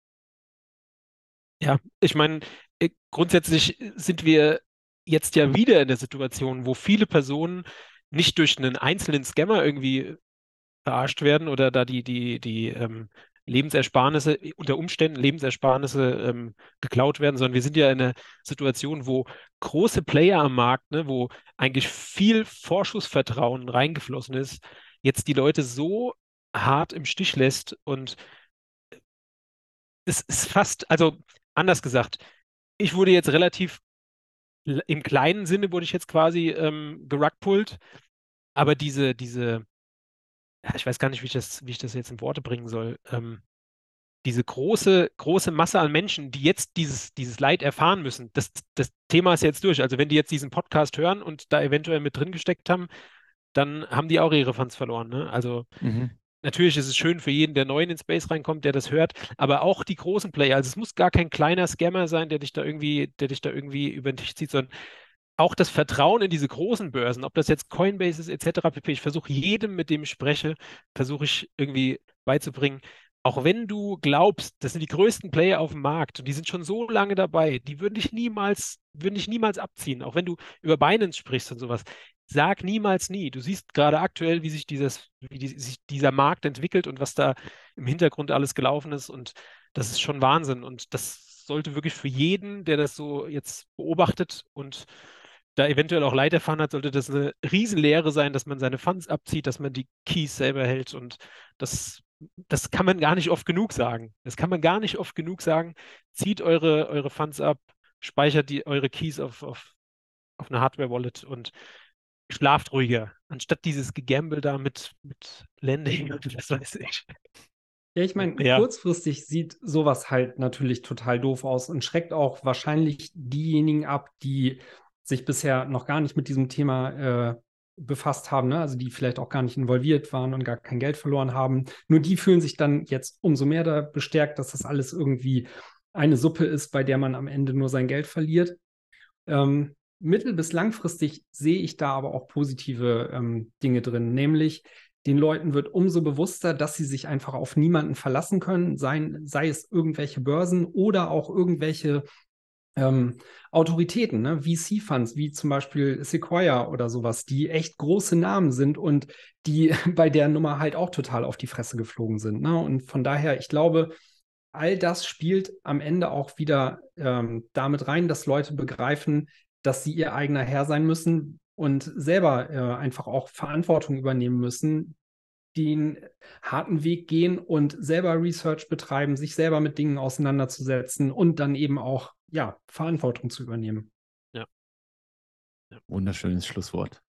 Ja, ich meine, äh, grundsätzlich sind wir jetzt ja wieder in der Situation, wo viele Personen nicht durch einen einzelnen Scammer irgendwie verarscht werden oder da die, die, die ähm, Lebensersparnisse, unter Umständen Lebensersparnisse ähm, geklaut werden, sondern wir sind ja in einer Situation, wo große Player am Markt, ne, wo eigentlich viel Vorschussvertrauen reingeflossen ist, jetzt die Leute so hart im Stich lässt und es ist fast, also anders gesagt, ich wurde jetzt relativ l- im kleinen Sinne wurde ich jetzt quasi ähm, gerugpult, aber diese, diese, ja, ich weiß gar nicht, wie ich das, wie ich das jetzt in Worte bringen soll. Ähm, diese große, große Masse an Menschen, die jetzt dieses, dieses Leid erfahren müssen, das, das Thema ist jetzt durch. Also wenn die jetzt diesen Podcast hören und da eventuell mit drin gesteckt haben, dann haben die auch ihre Funds verloren. Ne? Also Mhm. natürlich ist es schön für jeden, der neu in den Space reinkommt, der das hört, aber auch die großen Player. Also es muss gar kein kleiner Scammer sein, der dich da irgendwie, der dich da irgendwie über den Tisch zieht, sondern auch das Vertrauen in diese großen Börsen, ob das jetzt Coinbase ist, et cetera pp. Ich versuche jedem, mit dem ich spreche, versuche ich irgendwie beizubringen, auch wenn du glaubst, das sind die größten Player auf dem Markt und die sind schon so lange dabei, die würden dich niemals, würden dich niemals abziehen, auch wenn du über Binance sprichst und sowas. Sag niemals nie. Du siehst gerade aktuell, wie sich dieses, wie die, sich dieser Markt entwickelt und was da im Hintergrund alles gelaufen ist und das ist schon Wahnsinn und das sollte wirklich für jeden, der das so jetzt beobachtet und da eventuell auch Leiterfahren hat, sollte das eine Riesenlehre sein, dass man seine Funds abzieht, dass man die Keys selber hält und das, das kann man gar nicht oft genug sagen. Das kann man gar nicht oft genug sagen. Zieht eure, eure Funds ab, speichert die, eure Keys auf, auf, auf eine Hardware-Wallet und schlaft ruhiger, anstatt dieses Gegamble da mit, mit Lending und was weiß ich. Ja, ich meine, Ja. kurzfristig sieht sowas halt natürlich total doof aus und schreckt auch wahrscheinlich diejenigen ab, die sich bisher noch gar nicht mit diesem Thema äh, befasst haben, ne? Also die vielleicht auch gar nicht involviert waren und gar kein Geld verloren haben. Nur die fühlen sich dann jetzt umso mehr da bestärkt, dass das alles irgendwie eine Suppe ist, bei der man am Ende nur sein Geld verliert. Ähm, mittel- bis langfristig sehe ich da aber auch positive ähm, Dinge drin, nämlich den Leuten wird umso bewusster, dass sie sich einfach auf niemanden verlassen können, sei, sei es irgendwelche Börsen oder auch irgendwelche ähm, Autoritäten, ne? V C-Funds, wie zum Beispiel Sequoia oder sowas, die echt große Namen sind und die bei der Nummer halt auch total auf die Fresse geflogen sind. Ne? Und von daher, ich glaube, all das spielt am Ende auch wieder ähm, damit rein, dass Leute begreifen, dass sie ihr eigener Herr sein müssen und selber äh, einfach auch Verantwortung übernehmen müssen, den harten Weg gehen und selber Research betreiben, sich selber mit Dingen auseinanderzusetzen und dann eben auch ja, Verantwortung zu übernehmen. Wunderschönes Schlusswort.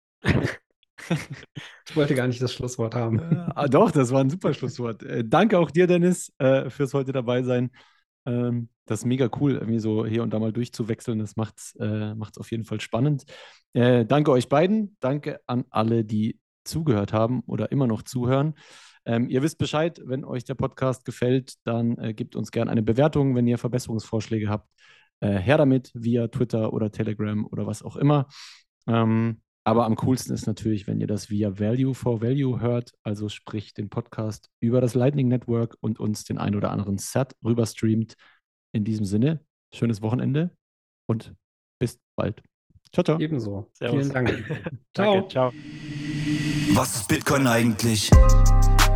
Ich wollte gar nicht das Schlusswort haben. Äh, ah, doch, das war ein super Schlusswort. Äh, danke auch dir, Dennis, äh, fürs heute dabei sein. Ähm, das ist mega cool, irgendwie so hier und da mal durchzuwechseln. Das macht es äh, macht's auf jeden Fall spannend. Äh, danke euch beiden. Danke an alle, die zugehört haben oder immer noch zuhören. Ähm, ihr wisst Bescheid, wenn euch der Podcast gefällt, dann äh, gebt uns gerne eine Bewertung. Wenn ihr Verbesserungsvorschläge habt, äh, her damit via Twitter oder Telegram oder was auch immer. Ähm, aber am coolsten ist natürlich, wenn ihr das via Value for Value hört, also sprich den Podcast über das Lightning Network und uns den ein oder anderen Set rüber streamt. In diesem Sinne, schönes Wochenende und bis bald. Ciao, ciao. Ebenso. Servus. Vielen Dank. Danke, ciao. Was ist Bitcoin eigentlich?